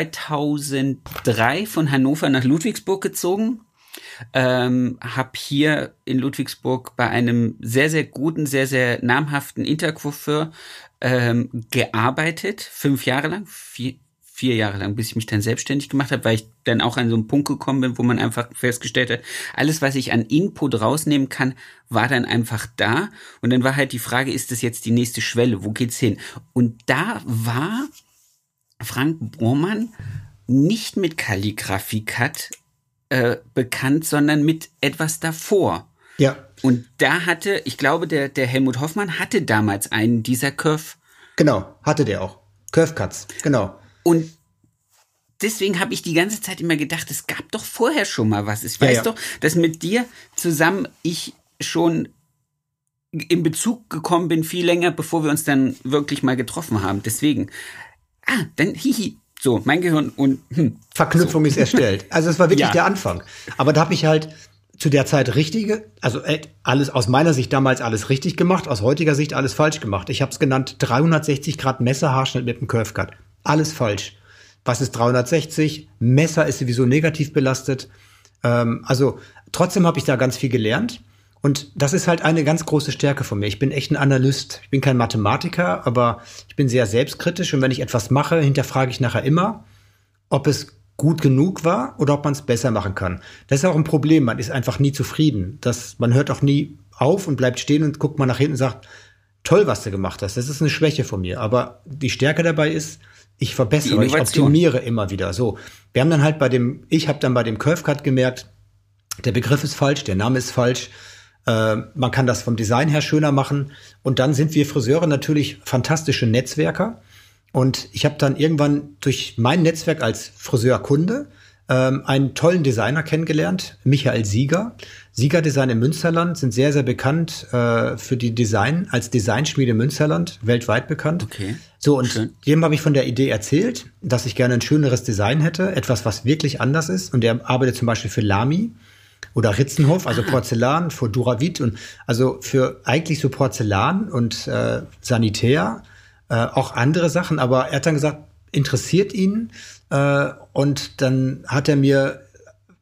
zweitausenddrei von Hannover nach Ludwigsburg gezogen, ähm, habe hier in Ludwigsburg bei einem sehr, sehr guten, sehr, sehr namhaften Intercoiffeur ähm, gearbeitet, fünf Jahre lang, vier, vier Jahre lang, bis ich mich dann selbstständig gemacht habe, weil ich dann auch an so einen Punkt gekommen bin, wo man einfach festgestellt hat, alles, was ich an Input rausnehmen kann, war dann einfach da. Und dann war halt die Frage, ist das jetzt die nächste Schwelle? Wo geht's hin? Und da war Frank Bormann nicht mit Kalligrafie Cut äh, bekannt, sondern mit etwas davor. Ja. Und da hatte, ich glaube, der, der Helmut Hoffmann hatte damals einen dieser Curve. Genau, hatte der auch. Curve Cuts, genau. Und deswegen habe ich die ganze Zeit immer gedacht, es gab doch vorher schon mal was. Ich weiß ja, ja. doch, dass mit dir zusammen ich schon in Bezug gekommen bin, viel länger, bevor wir uns dann wirklich mal getroffen haben. Deswegen, ah, dann hihi, so, mein Gehirn und hm, Verknüpfung so. ist erstellt. Also es war wirklich ja. der Anfang. Aber da habe ich halt zu der Zeit richtige, also alles aus meiner Sicht damals alles richtig gemacht, aus heutiger Sicht alles falsch gemacht. Ich habe es genannt dreihundertsechzig Grad Messerhaarschnitt mit dem Curve Cut. Alles falsch. Was ist dreihundertsechzig? Messer ist sowieso negativ belastet. Ähm, also trotzdem habe ich da ganz viel gelernt. Und das ist halt eine ganz große Stärke von mir. Ich bin echt ein Analyst. Ich bin kein Mathematiker, aber ich bin sehr selbstkritisch. Und wenn ich etwas mache, hinterfrage ich nachher immer, ob es gut genug war oder ob man es besser machen kann. Das ist auch ein Problem. Man ist einfach nie zufrieden. Das, man hört auch nie auf und bleibt stehen und guckt mal nach hinten und sagt, toll, was du gemacht hast. Das ist eine Schwäche von mir. Aber die Stärke dabei ist, ich verbessere, ich optimiere immer wieder. So, wir haben dann halt bei dem, ich habe dann bei dem Curve Cut gemerkt, der Begriff ist falsch, der Name ist falsch. Äh, man kann das vom Design her schöner machen. Und dann sind wir Friseure natürlich fantastische Netzwerker. Und ich habe dann irgendwann durch mein Netzwerk als Friseurkunde ähm, einen tollen Designer kennengelernt, Michael Sieger. Sieger Design im Münsterland sind sehr, sehr bekannt äh, für die Design, als Designschmiede Münsterland, weltweit bekannt. Okay. So, und Schön. dem habe ich von der Idee erzählt, dass ich gerne ein schöneres Design hätte, etwas, was wirklich anders ist. Und der arbeitet zum Beispiel für Lamy oder Ritzenhof, also ah. Porzellan, für Duravit und also für eigentlich so Porzellan und äh, Sanitär, äh, auch andere Sachen. Aber er hat dann gesagt, interessiert ihn. Äh, und dann hat er mir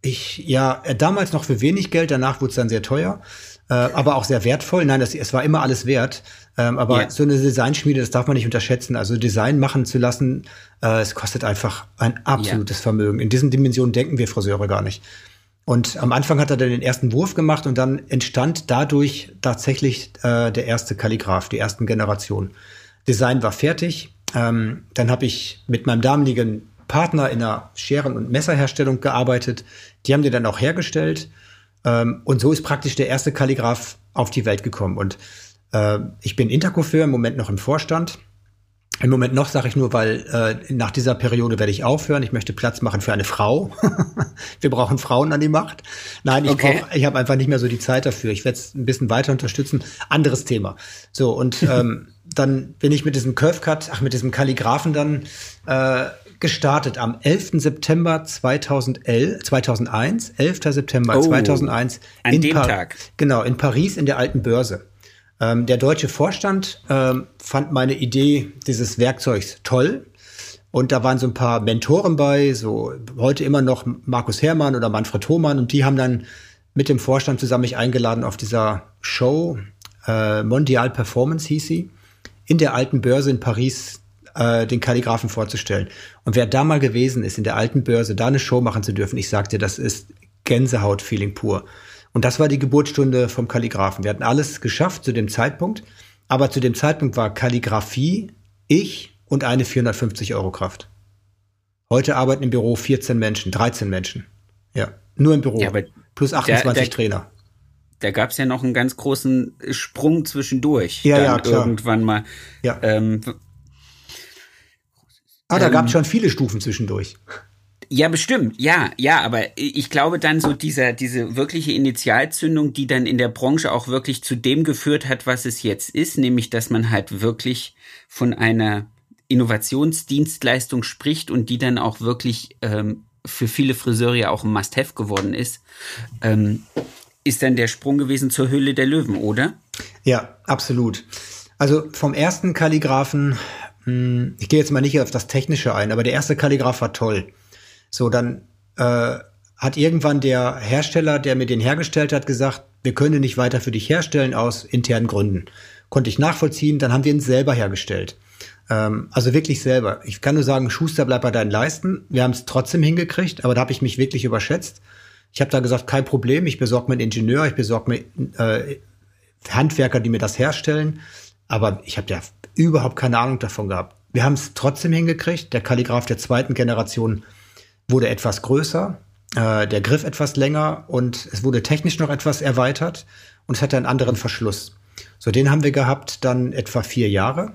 Ich, ja, damals noch für wenig Geld, danach wurde es dann sehr teuer, äh, aber auch sehr wertvoll. Nein, das, es war immer alles wert. Ähm, aber ja. so eine Designschmiede, das darf man nicht unterschätzen. Also Design machen zu lassen, äh, es kostet einfach ein absolutes ja. Vermögen. In diesen Dimensionen denken wir Friseure gar nicht. Und am Anfang hat er dann den ersten Wurf gemacht und dann entstand dadurch tatsächlich äh, der erste Kalligraph, die ersten Generationen. Design war fertig. Ähm, dann habe ich mit meinem damaligen Partner in einer Scheren- und Messerherstellung gearbeitet. Die haben die dann auch hergestellt. Ähm, und so ist praktisch der erste Kalligraph auf die Welt gekommen. Und äh, ich bin Intercoiffeur, im Moment noch im Vorstand. Im Moment noch, sage ich nur, weil äh, nach dieser Periode werde ich aufhören. Ich möchte Platz machen für eine Frau. Wir brauchen Frauen an die Macht. Nein, ich okay. brauche, ich habe einfach nicht mehr so die Zeit dafür. Ich werde es ein bisschen weiter unterstützen. Anderes Thema. So, und ähm, dann bin ich mit diesem Curve Cut, ach, mit diesem Kalligraphen dann äh, gestartet am elften September zweitausendelf, zweitausendeins, elften September oh, zweitausendeins. An in dem pa- Tag. Genau, in Paris in der Alten Börse. Ähm, der deutsche Vorstand ähm, fand meine Idee dieses Werkzeugs toll. Und da waren so ein paar Mentoren bei, so heute immer noch Markus Herrmann oder Manfred Hohmann. Und die haben dann mit dem Vorstand zusammen mich eingeladen auf dieser Show, äh, Mondial Performance hieß sie, in der Alten Börse in Paris äh, den Kalligraphen vorzustellen. Und wer da mal gewesen ist, in der Alten Börse, da eine Show machen zu dürfen, ich sag dir, das ist Gänsehaut-Feeling pur. Und das war die Geburtsstunde vom Kalligraphen. Wir hatten alles geschafft zu dem Zeitpunkt, aber zu dem Zeitpunkt war Kalligraphie, ich und eine vierhundertfünfzig Euro Kraft. Heute arbeiten im Büro vierzehn Menschen, dreizehn Menschen. Ja, nur im Büro. Ja, plus achtundzwanzig der, der, Trainer. Da gab es ja noch einen ganz großen Sprung zwischendurch. Ja, dann ja, klar. Irgendwann mal. Ja. Ähm, ah, da ähm, gab es schon viele Stufen zwischendurch. Ja, bestimmt, ja, ja, aber ich glaube dann so dieser, diese wirkliche Initialzündung, die dann in der Branche auch wirklich zu dem geführt hat, was es jetzt ist, nämlich, dass man halt wirklich von einer Innovationsdienstleistung spricht und die dann auch wirklich ähm, für viele Friseure ja auch ein Must-Have geworden ist, ähm, ist dann der Sprung gewesen zur Höhle der Löwen, oder? Ja, absolut. Also vom ersten Kalligraphen, mh, ich gehe jetzt mal nicht auf das Technische ein, aber der erste Kalligraph war toll. So, dann äh, hat irgendwann der Hersteller, der mir den hergestellt hat, gesagt, wir können nicht weiter für dich herstellen aus internen Gründen. Konnte ich nachvollziehen, dann haben wir ihn selber hergestellt. Ähm, also wirklich selber. Ich kann nur sagen, Schuster, bleib bei deinen Leisten. Wir haben es trotzdem hingekriegt, aber da habe ich mich wirklich überschätzt. Ich habe da gesagt, kein Problem, ich besorge mir einen Ingenieur, ich besorge mir äh, Handwerker, die mir das herstellen. Aber ich habe ja überhaupt keine Ahnung davon gehabt. Wir haben es trotzdem hingekriegt. Der Kalligraph der zweiten Generation wurde etwas größer, äh, der Griff etwas länger und es wurde technisch noch etwas erweitert und es hatte einen anderen Verschluss. So, den haben wir gehabt dann etwa vier Jahre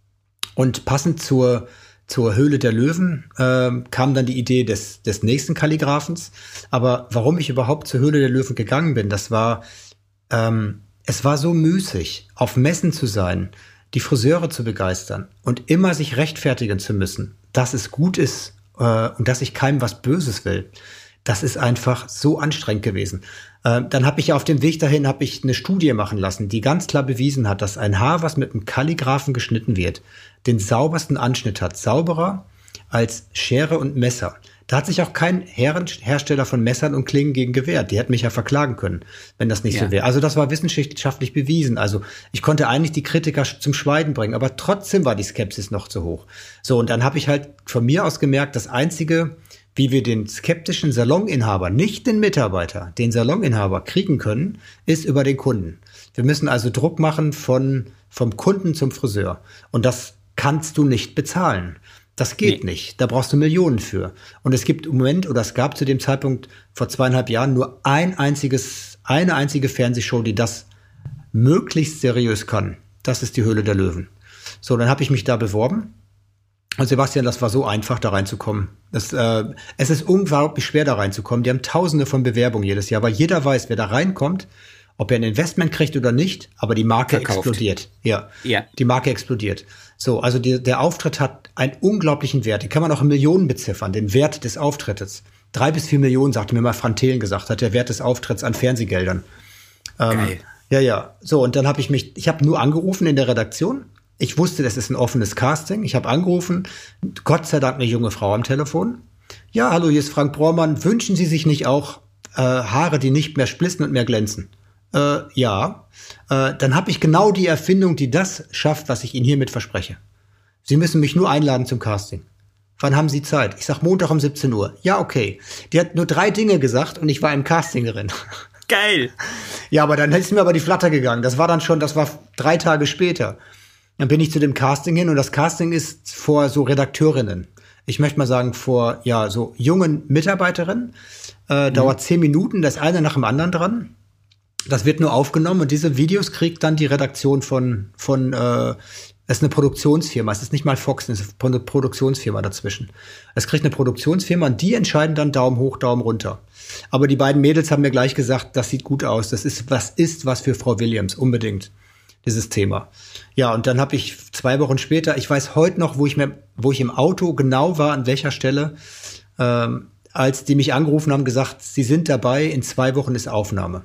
und passend zur zur Höhle der Löwen äh, kam dann die Idee des des nächsten Kalligraphens. Aber warum ich überhaupt zur Höhle der Löwen gegangen bin, das war ähm, es war so müßig, auf Messen zu sein, die Friseure zu begeistern und immer sich rechtfertigen zu müssen, dass es gut ist und dass ich keinem was Böses will. Das ist einfach so anstrengend gewesen. Äh, dann habe ich auf dem Weg dahin habe ich eine Studie machen lassen, die ganz klar bewiesen hat, dass ein Haar, was mit einem Kalligraphen geschnitten wird, den saubersten Anschnitt hat. Sauberer als Schere und Messer. Da hat sich auch kein Her- Hersteller von Messern und Klingen gegen gewehrt. Die hätten mich ja verklagen können, wenn das nicht ja. so wäre. Also das war wissenschaftlich bewiesen. Also ich konnte eigentlich die Kritiker zum Schweigen bringen, aber trotzdem war die Skepsis noch zu hoch. So, und dann habe ich halt von mir aus gemerkt, das Einzige, wie wir den skeptischen Saloninhaber, nicht den Mitarbeiter, den Saloninhaber kriegen können, ist über den Kunden. Wir müssen also Druck machen von vom Kunden zum Friseur. Und das kannst du nicht bezahlen. Das geht nee. nicht. Da brauchst du Millionen für. Und es gibt im Moment, oder es gab zu dem Zeitpunkt vor zweieinhalb Jahren nur ein einziges, eine einzige Fernsehshow, die das möglichst seriös kann. Das ist die Höhle der Löwen. So, dann habe ich mich da beworben. Und Sebastian, das war so einfach, da reinzukommen. Das, äh, es ist unglaublich schwer, da reinzukommen. Die haben tausende von Bewerbungen jedes Jahr, weil jeder weiß, wer da reinkommt, ob er ein Investment kriegt oder nicht, aber die Marke Verkauft. explodiert. Ja, ja, die Marke explodiert. So, also die, der Auftritt hat einen unglaublichen Wert. Den kann man auch in Millionen beziffern, den Wert des Auftrittes. Drei bis vier Millionen, sagte mir mal Frank Thelen gesagt, hat der Wert des Auftritts an Fernsehgeldern. Ähm, Geil. Ja, ja. So, und dann habe ich mich, ich habe nur angerufen in der Redaktion. Ich wusste, das ist ein offenes Casting. Ich habe angerufen, Gott sei Dank eine junge Frau am Telefon. Ja, hallo, hier ist Frank Bormann. Wünschen Sie sich nicht auch äh, Haare, die nicht mehr splissen und mehr glänzen? Äh, ja. Äh, dann habe ich genau die Erfindung, die das schafft, was ich Ihnen hiermit verspreche. Sie müssen mich nur einladen zum Casting. Wann haben Sie Zeit? Ich sag Montag um siebzehn Uhr. Ja, okay. Die hat nur drei Dinge gesagt und ich war im Casting drin. Geil. Ja, aber dann ist mir aber die Flatter gegangen. Das war dann schon, das war drei Tage später. Dann bin ich zu dem Casting hin und das Casting ist vor so Redakteurinnen. Ich möchte mal sagen, vor ja so jungen Mitarbeiterinnen. Äh, mhm. Dauert zehn Minuten, da ist einer nach dem anderen dran. Das wird nur aufgenommen und diese Videos kriegt dann die Redaktion von, von äh, das ist eine Produktionsfirma. Es ist nicht mal Fox, es ist eine Produktionsfirma dazwischen. Es kriegt eine Produktionsfirma und die entscheiden dann Daumen hoch, Daumen runter. Aber die beiden Mädels haben mir gleich gesagt, das sieht gut aus. Das ist was ist was für Frau Williams, unbedingt, dieses Thema. Ja, und dann habe ich zwei Wochen später, ich weiß heute noch, wo ich mir, wo ich im Auto genau war, an welcher Stelle, ähm, als die mich angerufen haben, gesagt, sie sind dabei, in zwei Wochen ist Aufnahme.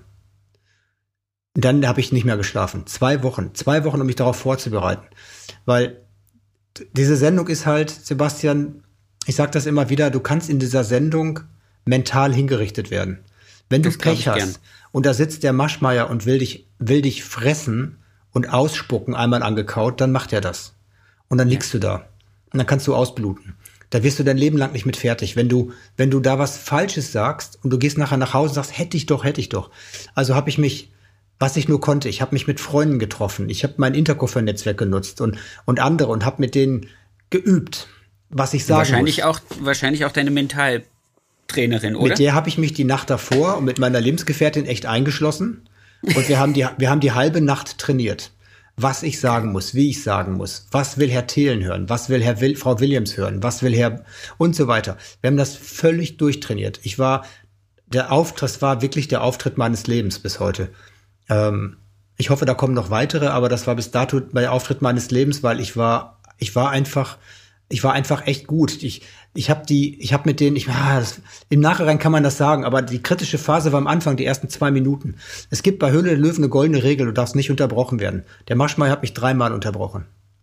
Und dann habe ich nicht mehr geschlafen. Zwei Wochen. Zwei Wochen, um mich darauf vorzubereiten. Weil diese Sendung ist halt, Sebastian, ich sag das immer wieder, du kannst in dieser Sendung mental hingerichtet werden. Wenn du Pech hast gern. Und da sitzt der Maschmeyer und will dich, will dich fressen und ausspucken, einmal angekaut, dann macht er das. Und dann ja. liegst du da. Und dann kannst du ausbluten. Da wirst du dein Leben lang nicht mit fertig. Wenn du, wenn du da was Falsches sagst und du gehst nachher nach Hause und sagst, hätte ich doch, hätte ich doch. Also habe ich mich, was ich nur konnte, ich habe mich mit Freunden getroffen. Ich habe mein Intercofer-Netzwerk genutzt und, und andere und habe mit denen geübt, was ich sagen wahrscheinlich muss. Auch, wahrscheinlich auch deine Mentaltrainerin, oder? Mit der habe ich mich die Nacht davor und mit meiner Lebensgefährtin echt eingeschlossen. Und wir haben die, wir haben die halbe Nacht trainiert. Was ich sagen muss, wie ich sagen muss. Was will Herr Thelen hören? Was will Herr Will, Frau Williams hören? Was will Herr und so weiter. Wir haben das völlig durchtrainiert. Ich war, der Auftritt, das war wirklich der Auftritt meines Lebens bis heute. Ähm, ich hoffe, da kommen noch weitere, aber das war bis dato der Auftritt meines Lebens, weil ich war, ich war einfach, ich war einfach echt gut. Ich, ich habe die, ich habe mit denen, ich, ah, das, im Nachhinein kann man das sagen, aber die kritische Phase war am Anfang, die ersten zwei Minuten. Es gibt bei Höhle der Löwen eine goldene Regel, du darfst nicht unterbrochen werden. Der Maschmeyer hat mich dreimal unterbrochen.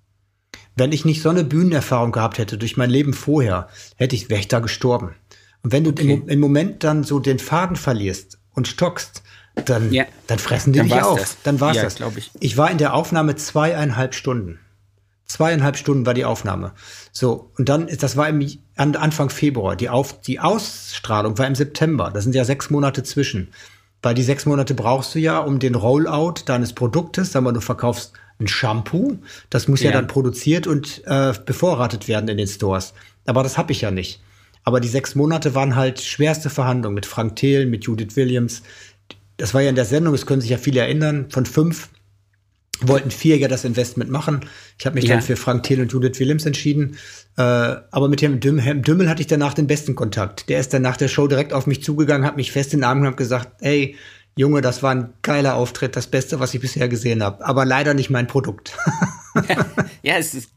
Wenn ich nicht so eine Bühnenerfahrung gehabt hätte durch mein Leben vorher, hätte ich, wäre ich da gestorben. Und wenn du okay. im, im Moment dann so den Faden verlierst und stockst, dann, ja. dann fressen die dann dich auf. Das. Dann war's ja, das. Glaube ich. Ich war in der Aufnahme zweieinhalb Stunden. Zweieinhalb Stunden war die Aufnahme. So, und dann, das war im Anfang Februar. Die, Auf, die Ausstrahlung war im September. Da sind ja sechs Monate zwischen. Weil die sechs Monate brauchst du ja, um den Rollout deines Produktes, sagen wir, du verkaufst ein Shampoo, das muss ja, ja dann produziert und äh, bevorratet werden in den Stores. Aber das habe ich ja nicht. Aber die sechs Monate waren halt schwerste Verhandlungen mit Frank Thelen, mit Judith Williams. Das war ja in der Sendung, das können sich ja viele erinnern, von fünf wollten vier ja das Investment machen. Ich habe mich ja. dann für Frank Thelen und Judith Williams entschieden. Äh, aber mit Herrn Dümmel, Herrn Dümmel hatte ich danach den besten Kontakt. Der ist dann nach der Show direkt auf mich zugegangen, hat mich fest in den Arm genommen und gesagt, ey, Junge, das war ein geiler Auftritt, das Beste, was ich bisher gesehen habe. Aber leider nicht mein Produkt. Ja, es ist...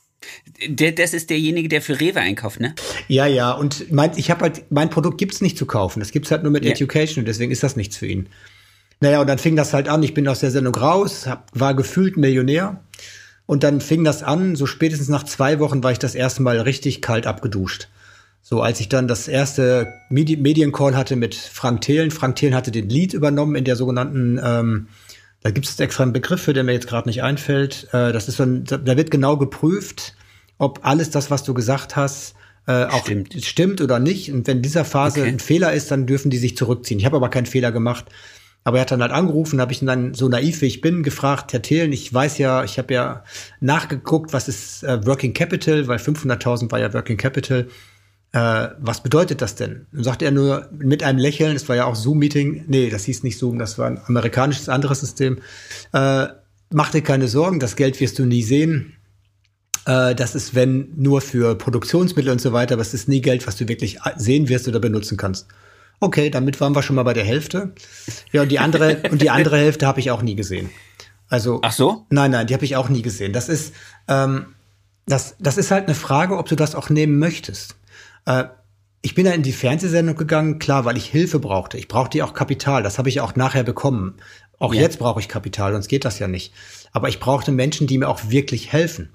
Der, das ist derjenige, der für Rewe einkauft, ne? Ja, ja. Und mein, ich habe halt, mein Produkt gibt's nicht zu kaufen. Das gibt's halt nur mit ja. Education und deswegen ist das nichts für ihn. Naja, und dann fing das halt an. Ich bin aus der Sendung raus, hab, war gefühlt Millionär. Und dann fing das an. So spätestens nach zwei Wochen war ich das erste Mal richtig kalt abgeduscht. So, als ich dann das erste Medi- Mediencall hatte mit Frank Thelen. Frank Thelen hatte den Lead übernommen in der sogenannten, ähm, da gibt es extra einen Begriff für, der mir jetzt gerade nicht einfällt. Äh, das ist so ein, da wird genau geprüft, ob alles das, was du gesagt hast, äh, auch stimmt. stimmt oder nicht. Und wenn in dieser Phase okay. ein Fehler ist, dann dürfen die sich zurückziehen. Ich habe aber keinen Fehler gemacht. Aber er hat dann halt angerufen, habe ich ihn dann, so naiv wie ich bin, gefragt, Herr Thelen, ich weiß ja, ich habe ja nachgeguckt, was ist äh, Working Capital, weil fünfhunderttausend war ja Working Capital. Äh, was bedeutet das denn? Dann sagte er nur mit einem Lächeln, es war ja auch Zoom-Meeting, nee, das hieß nicht Zoom, das war ein amerikanisches anderes System. Äh, mach dir keine Sorgen, das Geld wirst du nie sehen. Äh, das ist, wenn, nur für Produktionsmittel und so weiter, aber es ist nie Geld, was du wirklich sehen wirst oder benutzen kannst. Okay, damit waren wir schon mal bei der Hälfte. Ja, und die andere, und die andere Hälfte habe ich auch nie gesehen. Also. Ach so? Nein, nein, die habe ich auch nie gesehen. Das ist, ähm, das, das ist halt eine Frage, ob du das auch nehmen möchtest. Äh, ich bin da in die Fernsehsendung gegangen, klar, weil ich Hilfe brauchte. Ich brauchte ja auch Kapital. Das habe ich auch nachher bekommen. Auch ja. jetzt brauche ich Kapital, sonst geht das ja nicht. Aber ich brauchte Menschen, die mir auch wirklich helfen.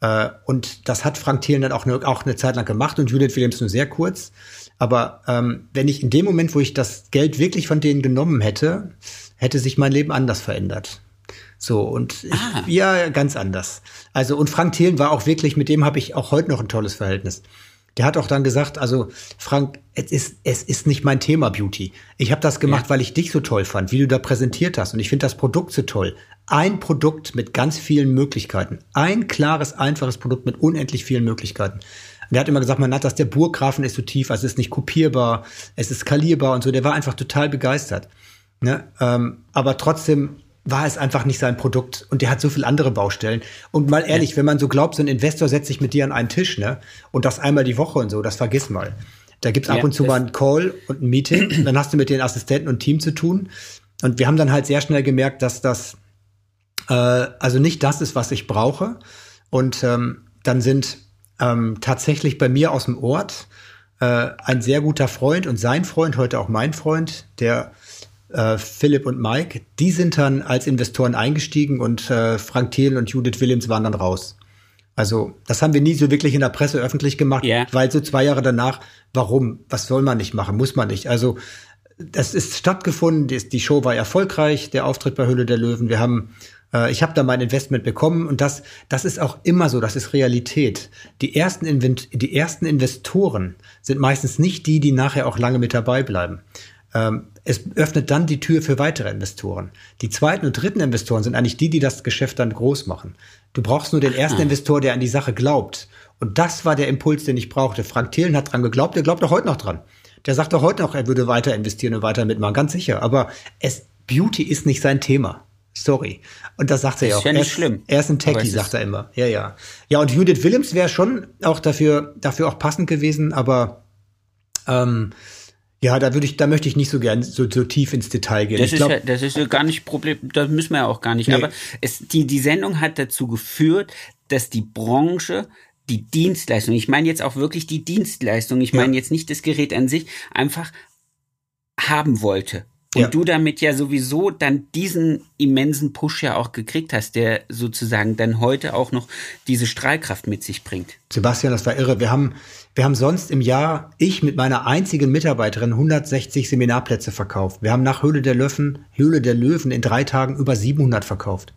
Äh, und das hat Frank Thelen dann auch eine, auch eine Zeit lang gemacht und Judith Williams nur sehr kurz. Aber ähm, wenn ich in dem Moment, wo ich das Geld wirklich von denen genommen hätte, hätte sich mein Leben anders verändert. So, und ich, ah. ja, ganz anders. Also, und Frank Thelen war auch wirklich, mit dem habe ich auch heute noch ein tolles Verhältnis. Der hat auch dann gesagt, also Frank, es ist, es ist nicht mein Thema Beauty. Ich habe das gemacht, ja. weil ich dich so toll fand, wie du da präsentiert hast. Und ich finde das Produkt so toll. Ein Produkt mit ganz vielen Möglichkeiten. Ein klares, einfaches Produkt mit unendlich vielen Möglichkeiten. Und der hat immer gesagt, man hat das, der Burggrafen ist so tief, also es ist nicht kopierbar, es ist skalierbar und so. Der war einfach total begeistert. Ne? Ähm, aber trotzdem war es einfach nicht sein Produkt und der hat so viele andere Baustellen. Und mal ehrlich, ja. wenn man so glaubt, so ein Investor setzt sich mit dir an einen Tisch, ne, und das einmal die Woche und so, das vergiss mal. Da gibt's ab ja, und zu mal einen Call und ein Meeting, dann hast du mit den Assistenten und Team zu tun. Und wir haben dann halt sehr schnell gemerkt, dass das äh, also nicht das ist, was ich brauche. Und ähm, dann sind ähm, tatsächlich bei mir aus dem Ort äh, ein sehr guter Freund und sein Freund, heute auch mein Freund, der Äh, Philipp und Mike, die sind dann als Investoren eingestiegen und äh, Frank Thelen und Judith Williams waren dann raus. Also das haben wir nie so wirklich in der Presse öffentlich gemacht, yeah. weil so zwei Jahre danach, warum? Was soll man nicht machen? Muss man nicht. Also das ist stattgefunden, die, die Show war erfolgreich, der Auftritt bei Höhle der Löwen. Wir haben, äh, ich habe da mein Investment bekommen und das, das ist auch immer so, das ist Realität. Die ersten, Invent- die ersten Investoren sind meistens nicht die, die nachher auch lange mit dabei bleiben. Ähm, es öffnet dann die Tür für weitere Investoren. Die zweiten und dritten Investoren sind eigentlich die, die das Geschäft dann groß machen. Du brauchst nur den ersten Aha. Investor, der an die Sache glaubt. Und das war der Impuls, den ich brauchte. Frank Thelen hat dran geglaubt, der glaubt auch heute noch dran. Der sagt auch heute noch, er würde weiter investieren und weiter mitmachen, ganz sicher. Aber es, Beauty ist nicht sein Thema. Sorry. Und das sagt er ja auch. Ist ja nicht er, schlimm. Er ist ein Techie, sagt er immer. Ja, ja. Ja, und Judith Williams wäre schon auch dafür, dafür auch passend gewesen, aber ähm, ja, da würde ich, da möchte ich nicht so gern so, so tief ins Detail gehen. Das ich ist glaub, ja, das ist ja gar nicht Problem, das müssen wir ja auch gar nicht. Nee. Aber es, die, die Sendung hat dazu geführt, dass die Branche die Dienstleistung, ich meine jetzt auch wirklich die Dienstleistung, ich meine ja. jetzt nicht das Gerät an sich, einfach haben wollte. Und ja. du damit ja sowieso dann diesen immensen Push ja auch gekriegt hast, der sozusagen dann heute auch noch diese Strahlkraft mit sich bringt. Sebastian, das war irre. Wir haben, wir haben sonst im Jahr, ich mit meiner einzigen Mitarbeiterin, hundertsechzig Seminarplätze verkauft. Wir haben nach Höhle der Löwen, Höhle der Löwen in drei Tagen über siebenhundert verkauft.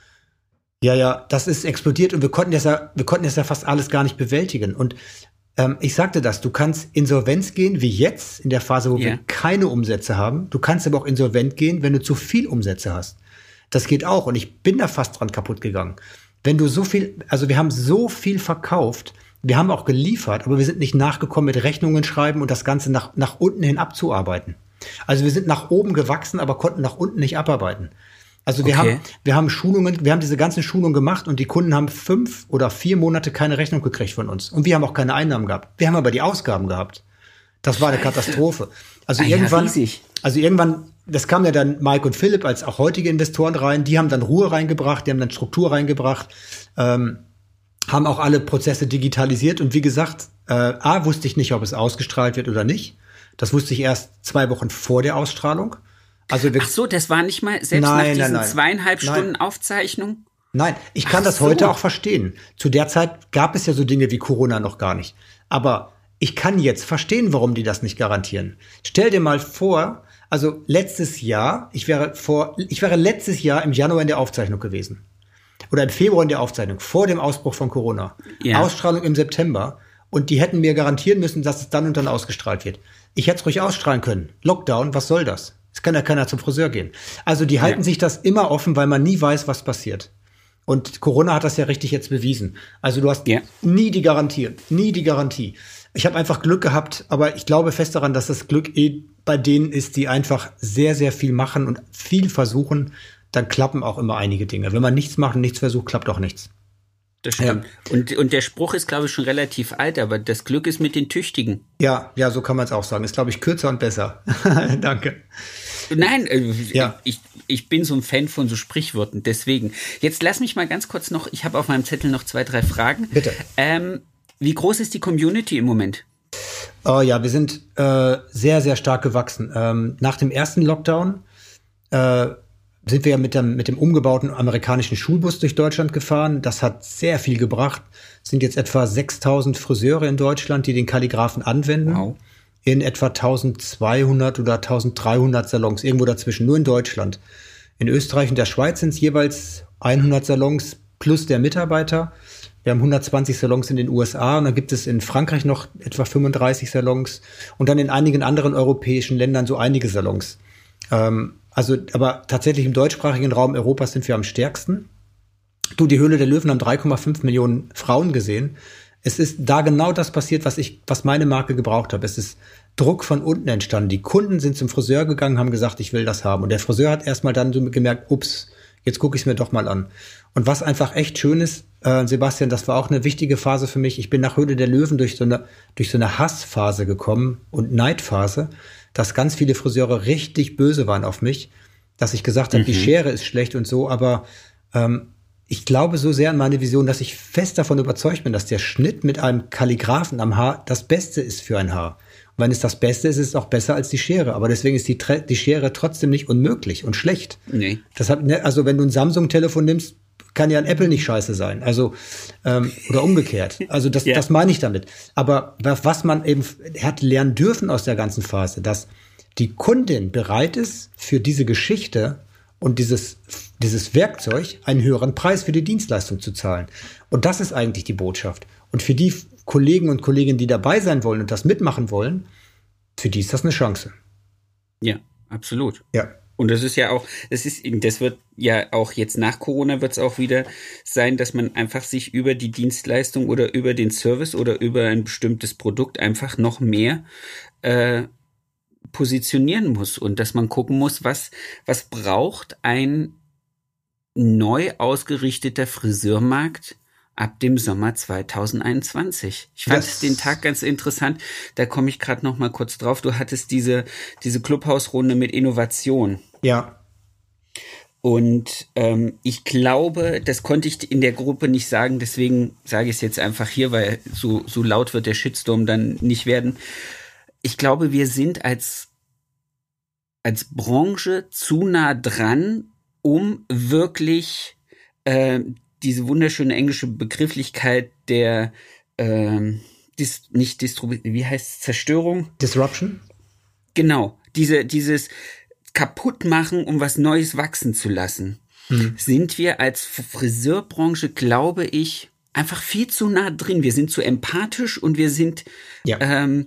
Ja, ja, das ist explodiert und wir konnten das ja, wir konnten das ja fast alles gar nicht bewältigen. Und Ähm, ich sagte das, du kannst Insolvenz gehen, wie jetzt, in der Phase, wo yeah. wir keine Umsätze haben. Du kannst aber auch insolvent gehen, wenn du zu viel Umsätze hast. Das geht auch und ich bin da fast dran kaputt gegangen. Wenn du so viel, also wir haben so viel verkauft, wir haben auch geliefert, aber wir sind nicht nachgekommen mit Rechnungen schreiben und das Ganze nach, nach unten hin abzuarbeiten. Also wir sind nach oben gewachsen, aber konnten nach unten nicht abarbeiten. Also wir okay. haben, wir haben Schulungen, wir haben diese ganzen Schulungen gemacht und die Kunden haben fünf oder vier Monate keine Rechnung gekriegt von uns. Und wir haben auch keine Einnahmen gehabt. Wir haben aber die Ausgaben gehabt. Das war eine Katastrophe. Also ah, irgendwann, ja, also irgendwann, das kam ja dann Mike und Philipp als auch heutige Investoren rein. Die haben dann Ruhe reingebracht, die haben dann Struktur reingebracht, ähm, haben auch alle Prozesse digitalisiert. Und wie gesagt, äh, A, wusste ich nicht, ob es ausgestrahlt wird oder nicht. Das wusste ich erst zwei Wochen vor der Ausstrahlung. Also Ach so, das war nicht mal, selbst nein, nach diesen nein, nein. zweieinhalb Stunden nein. Aufzeichnung? Nein, ich kann Ach das so. heute auch verstehen. Zu der Zeit gab es ja so Dinge wie Corona noch gar nicht. Aber ich kann jetzt verstehen, warum die das nicht garantieren. Stell dir mal vor, also letztes Jahr, ich wäre vor, ich wäre letztes Jahr im Januar in der Aufzeichnung gewesen. Oder im Februar in der Aufzeichnung, vor dem Ausbruch von Corona. Ja. Ausstrahlung im September. Und die hätten mir garantieren müssen, dass es dann und dann ausgestrahlt wird. Ich hätte es ruhig ausstrahlen können. Lockdown, was soll das? Es kann ja keiner zum Friseur gehen. Also die halten ja. sich das immer offen, weil man nie weiß, was passiert. Und Corona hat das ja richtig jetzt bewiesen. Also du hast ja. nie die Garantie, nie die Garantie. Ich habe einfach Glück gehabt, aber ich glaube fest daran, dass das Glück eh bei denen ist, die einfach sehr, sehr viel machen und viel versuchen, dann klappen auch immer einige Dinge. Wenn man nichts macht und nichts versucht, klappt auch nichts. Das stimmt. Ja. Und, und der Spruch ist, glaube ich, schon relativ alt, aber das Glück ist mit den Tüchtigen. Ja, ja, so kann man es auch sagen. Ist, glaube ich, kürzer und besser. Danke. Nein, äh, ja. ich, ich bin so ein Fan von so Sprichwörtern, deswegen. Jetzt lass mich mal ganz kurz noch, ich habe auf meinem Zettel noch zwei, drei Fragen. Bitte. Ähm, wie groß ist die Community im Moment? Oh ja, wir sind äh, sehr, sehr stark gewachsen. Ähm, nach dem ersten Lockdown äh, sind wir ja mit dem, mit dem umgebauten amerikanischen Schulbus durch Deutschland gefahren. Das hat sehr viel gebracht. Es sind jetzt etwa sechstausend Friseure in Deutschland, die den Kalligraphen anwenden. Wow. In etwa eintausendzweihundert oder eintausenddreihundert Salons, irgendwo dazwischen, nur in Deutschland. In Österreich und der Schweiz sind es jeweils hundert Salons plus der Mitarbeiter. Wir haben hundertzwanzig Salons in den U S A und dann gibt es in Frankreich noch etwa fünfunddreißig Salons und dann in einigen anderen europäischen Ländern so einige Salons. Ähm, also, aber tatsächlich im deutschsprachigen Raum Europas sind wir am stärksten. Du, die Höhle der Löwen haben drei Komma fünf Millionen Frauen gesehen. Es ist da genau das passiert, was ich, was meine Marke gebraucht habe. Es ist Druck von unten entstanden. Die Kunden sind zum Friseur gegangen, haben gesagt, ich will das haben. Und der Friseur hat erstmal dann so gemerkt, ups, jetzt gucke ich es mir doch mal an. Und was einfach echt schön ist, äh, Sebastian, das war auch eine wichtige Phase für mich. Ich bin nach Höhle der Löwen durch so eine, durch so eine Hassphase gekommen und Neidphase, dass ganz viele Friseure richtig böse waren auf mich, dass ich gesagt habe, mhm. die Schere ist schlecht und so, aber ähm, ich glaube so sehr an meine Vision, dass ich fest davon überzeugt bin, dass der Schnitt mit einem Kalligraphen am Haar das Beste ist für ein Haar. Und wenn es das Beste ist, ist es auch besser als die Schere. Aber deswegen ist die, die Schere trotzdem nicht unmöglich und schlecht. Nee. Das hat, also wenn du ein Samsung-Telefon nimmst, kann ja ein Apple nicht scheiße sein. Also, ähm, oder umgekehrt. Also das, yeah. das meine ich damit. Aber was man eben hat lernen dürfen aus der ganzen Phase, dass die Kundin bereit ist, für diese Geschichte und dieses, dieses Werkzeug einen höheren Preis für die Dienstleistung zu zahlen. Und das ist eigentlich die Botschaft. Und für die Kollegen und Kolleginnen, die dabei sein wollen und das mitmachen wollen, für die ist das eine Chance. Ja, absolut. Ja. Und das ist ja auch, das ist, das wird ja auch jetzt nach Corona wird es auch wieder sein, dass man einfach sich über die Dienstleistung oder über den Service oder über ein bestimmtes Produkt einfach noch mehr äh, positionieren muss und dass man gucken muss, was, was braucht ein neu ausgerichteter Friseurmarkt ab dem Sommer zweitausendeinundzwanzig. Ich fand yes. den Tag ganz interessant, da komme ich gerade noch mal kurz drauf. Du hattest diese, diese Clubhausrunde mit Innovation. Ja. Und ähm, ich glaube, das konnte ich in der Gruppe nicht sagen, deswegen sage ich es jetzt einfach hier, weil so, so laut wird der Shitstorm dann nicht werden. Ich glaube, wir sind als, als Branche zu nah dran, um wirklich äh, diese wunderschöne englische Begrifflichkeit der äh, dis, nicht Distribu- wie heißt es, Zerstörung? Disruption? Genau, diese, dieses Kaputtmachen, um was Neues wachsen zu lassen. Mhm. Sind wir als Friseurbranche, glaube ich, einfach viel zu nah drin. Wir sind zu empathisch und wir sind ja. ähm,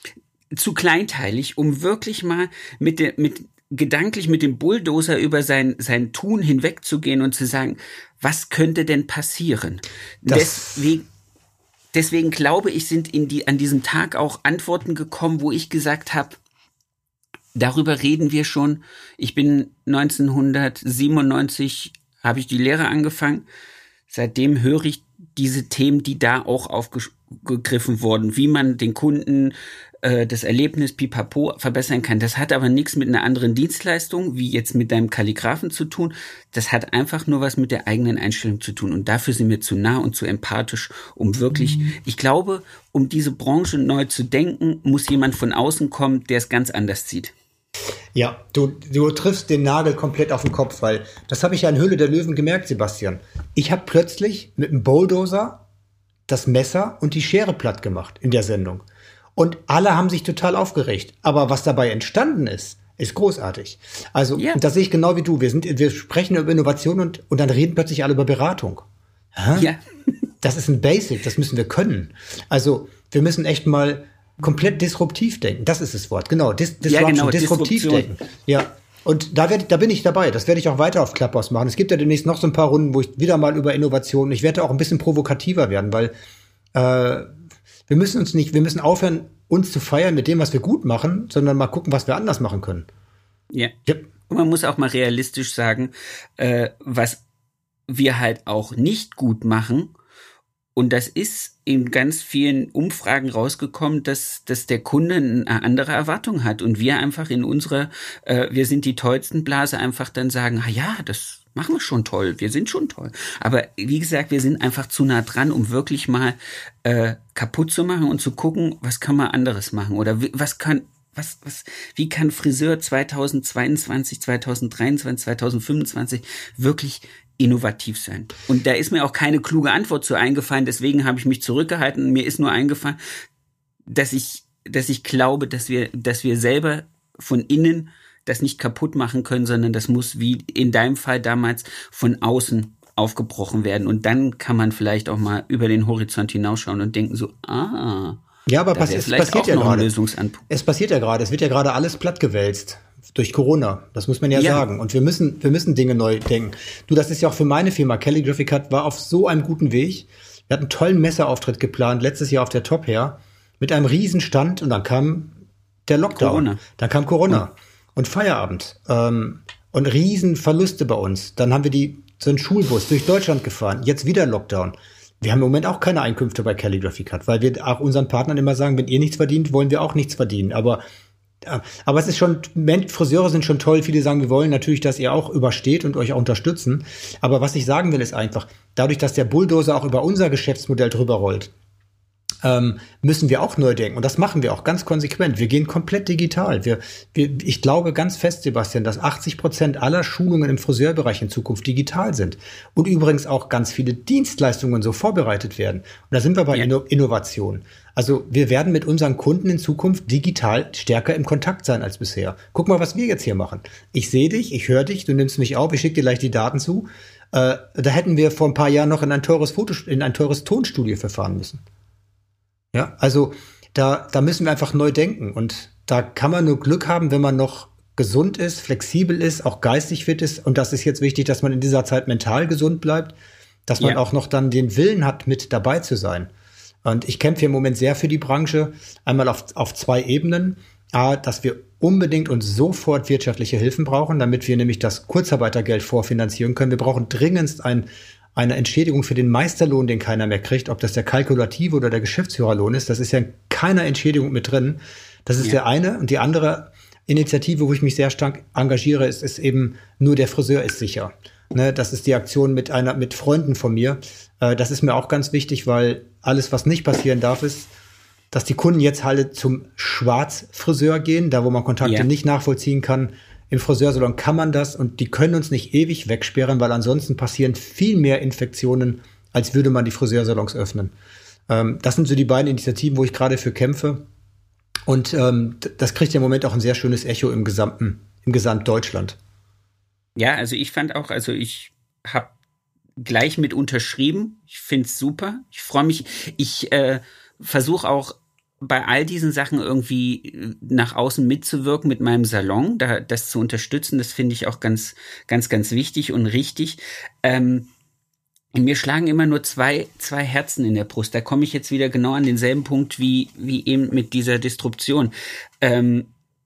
zu kleinteilig, um wirklich mal mit der, mit gedanklich mit dem Bulldozer über sein, sein Tun hinwegzugehen und zu sagen, was könnte denn passieren? Deswegen, deswegen glaube ich, sind in die, an diesem Tag auch Antworten gekommen, wo ich gesagt habe, darüber reden wir schon. Ich bin neunzehnhundertsiebenundneunzig, habe ich die Lehre angefangen. Seitdem höre ich diese Themen, die da auch aufgegriffen wurden, wie man den Kunden äh, das Erlebnis pipapo verbessern kann. Das hat aber nichts mit einer anderen Dienstleistung, wie jetzt mit deinem Kalligraphen zu tun. Das hat einfach nur was mit der eigenen Einstellung zu tun. Und dafür sind wir zu nah und zu empathisch, um wirklich, mhm. ich glaube, um diese Branche neu zu denken, muss jemand von außen kommen, der es ganz anders sieht. Ja, du, du triffst den Nagel komplett auf den Kopf, weil das habe ich ja in Höhle der Löwen gemerkt, Sebastian. Ich habe plötzlich mit einem Bulldozer das Messer und die Schere platt gemacht in der Sendung. Und alle haben sich total aufgeregt. Aber was dabei entstanden ist, ist großartig. Also, ja. das sehe ich genau wie du. Wir sind, wir sprechen über Innovation und, und dann reden plötzlich alle über Beratung. Hä? Ja. Das ist ein Basic, das müssen wir können. Also, wir müssen echt mal komplett disruptiv denken. Das ist das Wort, genau. Dis- Disruption, ja, genau. Disruptiv denken. Ja. Und da, werd, da bin ich dabei. Das werde ich auch weiter auf Clubhouse machen. Es gibt ja demnächst noch so ein paar Runden, wo ich wieder mal über Innovation, ich werde auch ein bisschen provokativer werden, weil äh, wir müssen uns nicht, wir müssen aufhören, uns zu feiern mit dem, was wir gut machen, sondern mal gucken, was wir anders machen können. Ja. ja. Und man muss auch mal realistisch sagen, äh, was wir halt auch nicht gut machen. Und das ist in ganz vielen Umfragen rausgekommen, dass, dass der Kunde eine andere Erwartung hat. Und wir einfach in unserer, äh, wir sind die tollsten Blase, einfach dann sagen, ah ja, das machen wir schon toll, wir sind schon toll. Aber wie gesagt, wir sind einfach zu nah dran, um wirklich mal äh, kaputt zu machen und zu gucken, was kann man anderes machen oder was kann was, was, wie kann Friseur zweitausendzweiundzwanzig, zweitausenddreiundzwanzig, zweitausendfünfundzwanzig wirklich innovativ sein? Und da ist mir auch keine kluge Antwort zu eingefallen, deswegen habe ich mich zurückgehalten. Mir ist nur eingefallen, dass ich, dass ich glaube, dass wir, dass wir selber von innen das nicht kaputt machen können, sondern das muss wie in deinem Fall damals von außen aufgebrochen werden. Und dann kann man vielleicht auch mal über den Horizont hinausschauen und denken so, ah, ja, aber pass, es passiert ja gerade. Es passiert ja gerade. Es wird ja gerade alles plattgewälzt durch Corona. Das muss man ja, ja sagen. Und wir müssen, wir müssen Dinge neu denken. Du, das ist ja auch für meine Firma. Calligraphy Cut war auf so einem guten Weg. Wir hatten einen tollen Messeauftritt geplant, letztes Jahr auf der Top her, mit einem Riesenstand. Und dann kam der Lockdown. Corona. Dann kam Corona. Ja. Und Feierabend. Ähm, und Riesenverluste bei uns. Dann haben wir die, so einen Schulbus durch Deutschland gefahren. Jetzt wieder Lockdown. Wir haben im Moment auch keine Einkünfte bei Calligraphy Cut, weil wir auch unseren Partnern immer sagen, wenn ihr nichts verdient, wollen wir auch nichts verdienen. Aber, aber es ist schon, Friseure sind schon toll. Viele sagen, wir wollen natürlich, dass ihr auch übersteht und euch auch unterstützen. Aber was ich sagen will, ist einfach, dadurch, dass der Bulldozer auch über unser Geschäftsmodell drüber rollt, Ähm, müssen wir auch neu denken. Und das machen wir auch ganz konsequent. Wir gehen komplett digital. Wir, wir, ich glaube ganz fest, Sebastian, dass achtzig Prozent aller Schulungen im Friseurbereich in Zukunft digital sind. Und übrigens auch ganz viele Dienstleistungen so vorbereitet werden. Und da sind wir bei ja. Inno- Innovation. Also wir werden mit unseren Kunden in Zukunft digital stärker im Kontakt sein als bisher. Guck mal, was wir jetzt hier machen. Ich sehe dich, ich höre dich, du nimmst mich auf, ich schicke dir gleich die Daten zu. Äh, da hätten wir vor ein paar Jahren noch in ein teures Foto, in ein teures Tonstudio verfahren müssen. Ja, also da, da müssen wir einfach neu denken. Und da kann man nur Glück haben, wenn man noch gesund ist, flexibel ist, auch geistig fit ist. Und das ist jetzt wichtig, dass man in dieser Zeit mental gesund bleibt, dass man ja. auch noch dann den Willen hat, mit dabei zu sein. Und ich kämpfe im Moment sehr für die Branche, einmal auf, auf zwei Ebenen. A, dass wir unbedingt und sofort wirtschaftliche Hilfen brauchen, damit wir nämlich das Kurzarbeitergeld vorfinanzieren können. Wir brauchen dringendst ein eine Entschädigung für den Meisterlohn, den keiner mehr kriegt, ob das der kalkulative oder der Geschäftsführerlohn ist, das ist ja in keiner Entschädigung mit drin. Das ist ja. der eine. Und die andere Initiative, wo ich mich sehr stark engagiere, ist, ist eben nur der Friseur ist sicher. Ne, das ist die Aktion mit einer, mit Freunden von mir. Äh, das ist mir auch ganz wichtig, weil alles, was nicht passieren darf, ist, dass die Kunden jetzt halt zum Schwarzfriseur gehen, da wo man Kontakte ja. nicht nachvollziehen kann. Im Friseursalon kann man das und die können uns nicht ewig wegsperren, weil ansonsten passieren viel mehr Infektionen, als würde man die Friseursalons öffnen. Ähm, das sind so die beiden Initiativen, wo ich gerade für kämpfe. Und ähm, das kriegt ja im Moment auch ein sehr schönes Echo im gesamten, im Gesamtdeutschland. Ja, also ich fand auch, also ich habe gleich mit unterschrieben. Ich find's super. Ich freue mich. Ich äh, versuche auch bei all diesen Sachen irgendwie nach außen mitzuwirken mit meinem Salon, da das zu unterstützen, das finde ich auch ganz, ganz, ganz wichtig und richtig. Ähm, mir schlagen immer nur zwei, zwei Herzen in der Brust. Da komme ich jetzt wieder genau an denselben Punkt wie, wie eben mit dieser Disruption. Ähm,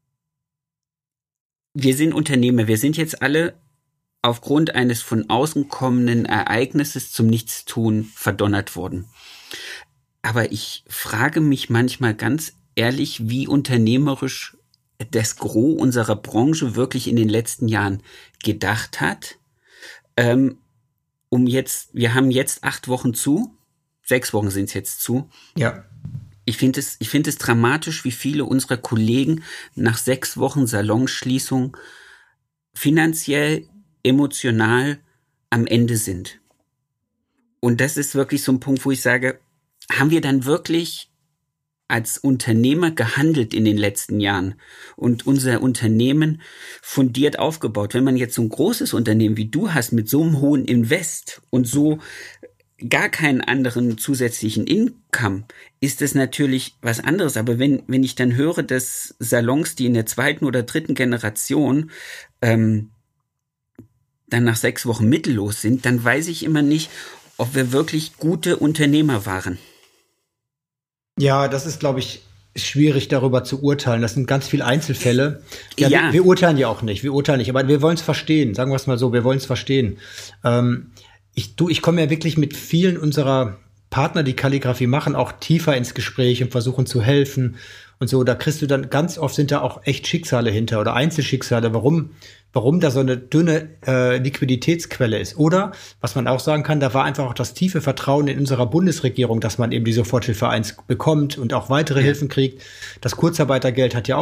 wir sind Unternehmer. Wir sind jetzt alle aufgrund eines von außen kommenden Ereignisses zum Nichtstun verdonnert worden. Aber ich frage mich manchmal ganz ehrlich, wie unternehmerisch das Gros unserer Branche wirklich in den letzten Jahren gedacht hat. Ähm, um jetzt, wir haben jetzt acht Wochen zu, sechs Wochen sind es jetzt zu. Ja. Ich finde es, ich finde es dramatisch, wie viele unserer Kollegen nach sechs Wochen Salonschließung finanziell, emotional am Ende sind. Und das ist wirklich so ein Punkt, wo ich sage, haben wir dann wirklich als Unternehmer gehandelt in den letzten Jahren und unser Unternehmen fundiert aufgebaut? Wenn man jetzt so ein großes Unternehmen wie du hast mit so einem hohen Invest und so gar keinen anderen zusätzlichen Income, ist das natürlich was anderes. Aber wenn wenn ich dann höre, dass Salons, die in der zweiten oder dritten Generation ähm, dann nach sechs Wochen mittellos sind, dann weiß ich immer nicht, ob wir wirklich gute Unternehmer waren. Ja, das ist, glaube ich, schwierig darüber zu urteilen. Das sind ganz viele Einzelfälle. Ja, ja. Wir, wir urteilen ja auch nicht. Wir urteilen nicht, aber wir wollen es verstehen. Sagen wir es mal so, wir wollen es verstehen. Ähm, ich du, ich komme ja wirklich mit vielen unserer Partner, die Kalligrafie machen, auch tiefer ins Gespräch und versuchen zu helfen und so. Da kriegst du dann ganz oft sind da auch echt Schicksale hinter oder Einzelschicksale. Warum? Warum da so eine dünne äh, Liquiditätsquelle ist. Oder, was man auch sagen kann, da war einfach auch das tiefe Vertrauen in unserer Bundesregierung, dass man eben die Soforthilfe eins bekommt und auch weitere ja. Hilfen kriegt. Das Kurzarbeitergeld hat ja auch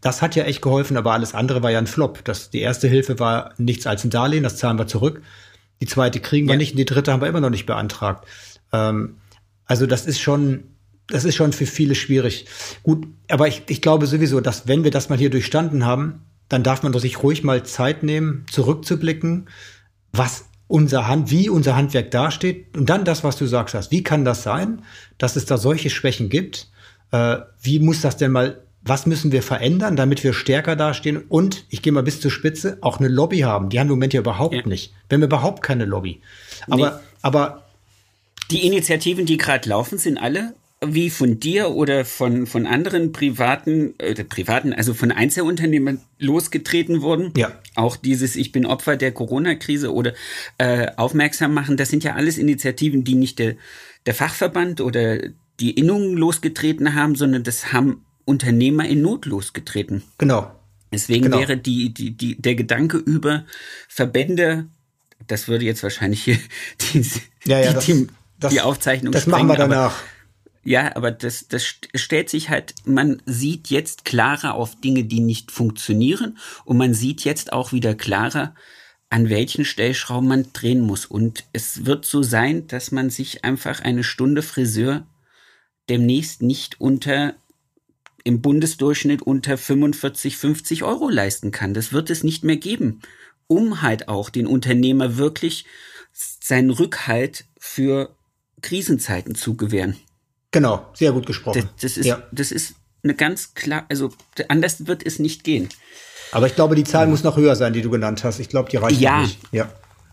das hat ja echt geholfen, aber alles andere war ja ein Flop. Das, die erste Hilfe war nichts als ein Darlehen, das zahlen wir zurück. Die zweite kriegen wir ja nicht und die dritte haben wir immer noch nicht beantragt. Ähm, also das ist schon, das ist schon für viele schwierig. Gut, aber ich, ich glaube sowieso, dass wenn wir das mal hier durchstanden haben, dann darf man doch sich ruhig mal Zeit nehmen, zurückzublicken, was unser Hand, wie unser Handwerk dasteht und dann das, was du sagst hast. Wie kann das sein, dass es da solche Schwächen gibt? Äh, wie muss das denn mal, was müssen wir verändern, damit wir stärker dastehen? Und, ich gehe mal bis zur Spitze, auch eine Lobby haben. Die haben wir im Moment ja überhaupt ja. nicht. Wir haben überhaupt keine Lobby. Aber, nee. aber die Initiativen, die gerade laufen, sind alle wie von dir oder von, von anderen privaten, äh, privaten, also von Einzelunternehmen losgetreten wurden. Ja. Auch dieses Ich bin Opfer der Corona-Krise oder äh, aufmerksam machen, das sind ja alles Initiativen, die nicht der, der Fachverband oder die Innungen losgetreten haben, sondern das haben Unternehmer in Not losgetreten. Genau. Deswegen genau. wäre die, die, die, der Gedanke über Verbände, das würde jetzt wahrscheinlich hier die, ja, ja, die, das, die, das, die Aufzeichnung Das sprengen, machen wir danach. Aber, ja, aber das, das stellt sich halt, man sieht jetzt klarer auf Dinge, die nicht funktionieren und man sieht jetzt auch wieder klarer, an welchen Stellschrauben man drehen muss. Und es wird so sein, dass man sich einfach eine Stunde Friseur demnächst nicht unter, im Bundesdurchschnitt unter fünfundvierzig, fünfzig Euro leisten kann. Das wird es nicht mehr geben, um halt auch den Unternehmer wirklich seinen Rückhalt für Krisenzeiten zu gewähren. Genau, sehr gut gesprochen. Das, das ist, ja. das ist eine ganz klar, also anders wird es nicht gehen. Aber ich glaube, die Zahl ja. muss noch höher sein, die du genannt hast. Ich glaube, die reicht ja. nicht. Ja.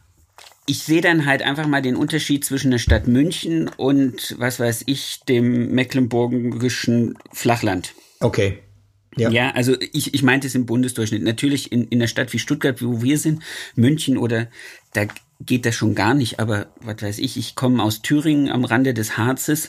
Ich sehe dann halt einfach mal den Unterschied zwischen der Stadt München und, was weiß ich, dem mecklenburgischen Flachland. Okay. Ja, ja also ich, ich meinte es im Bundesdurchschnitt. Natürlich in, in einer Stadt wie Stuttgart, wo wir sind, München oder, da geht das schon gar nicht. Aber, was weiß ich, ich komme aus Thüringen am Rande des Harzes.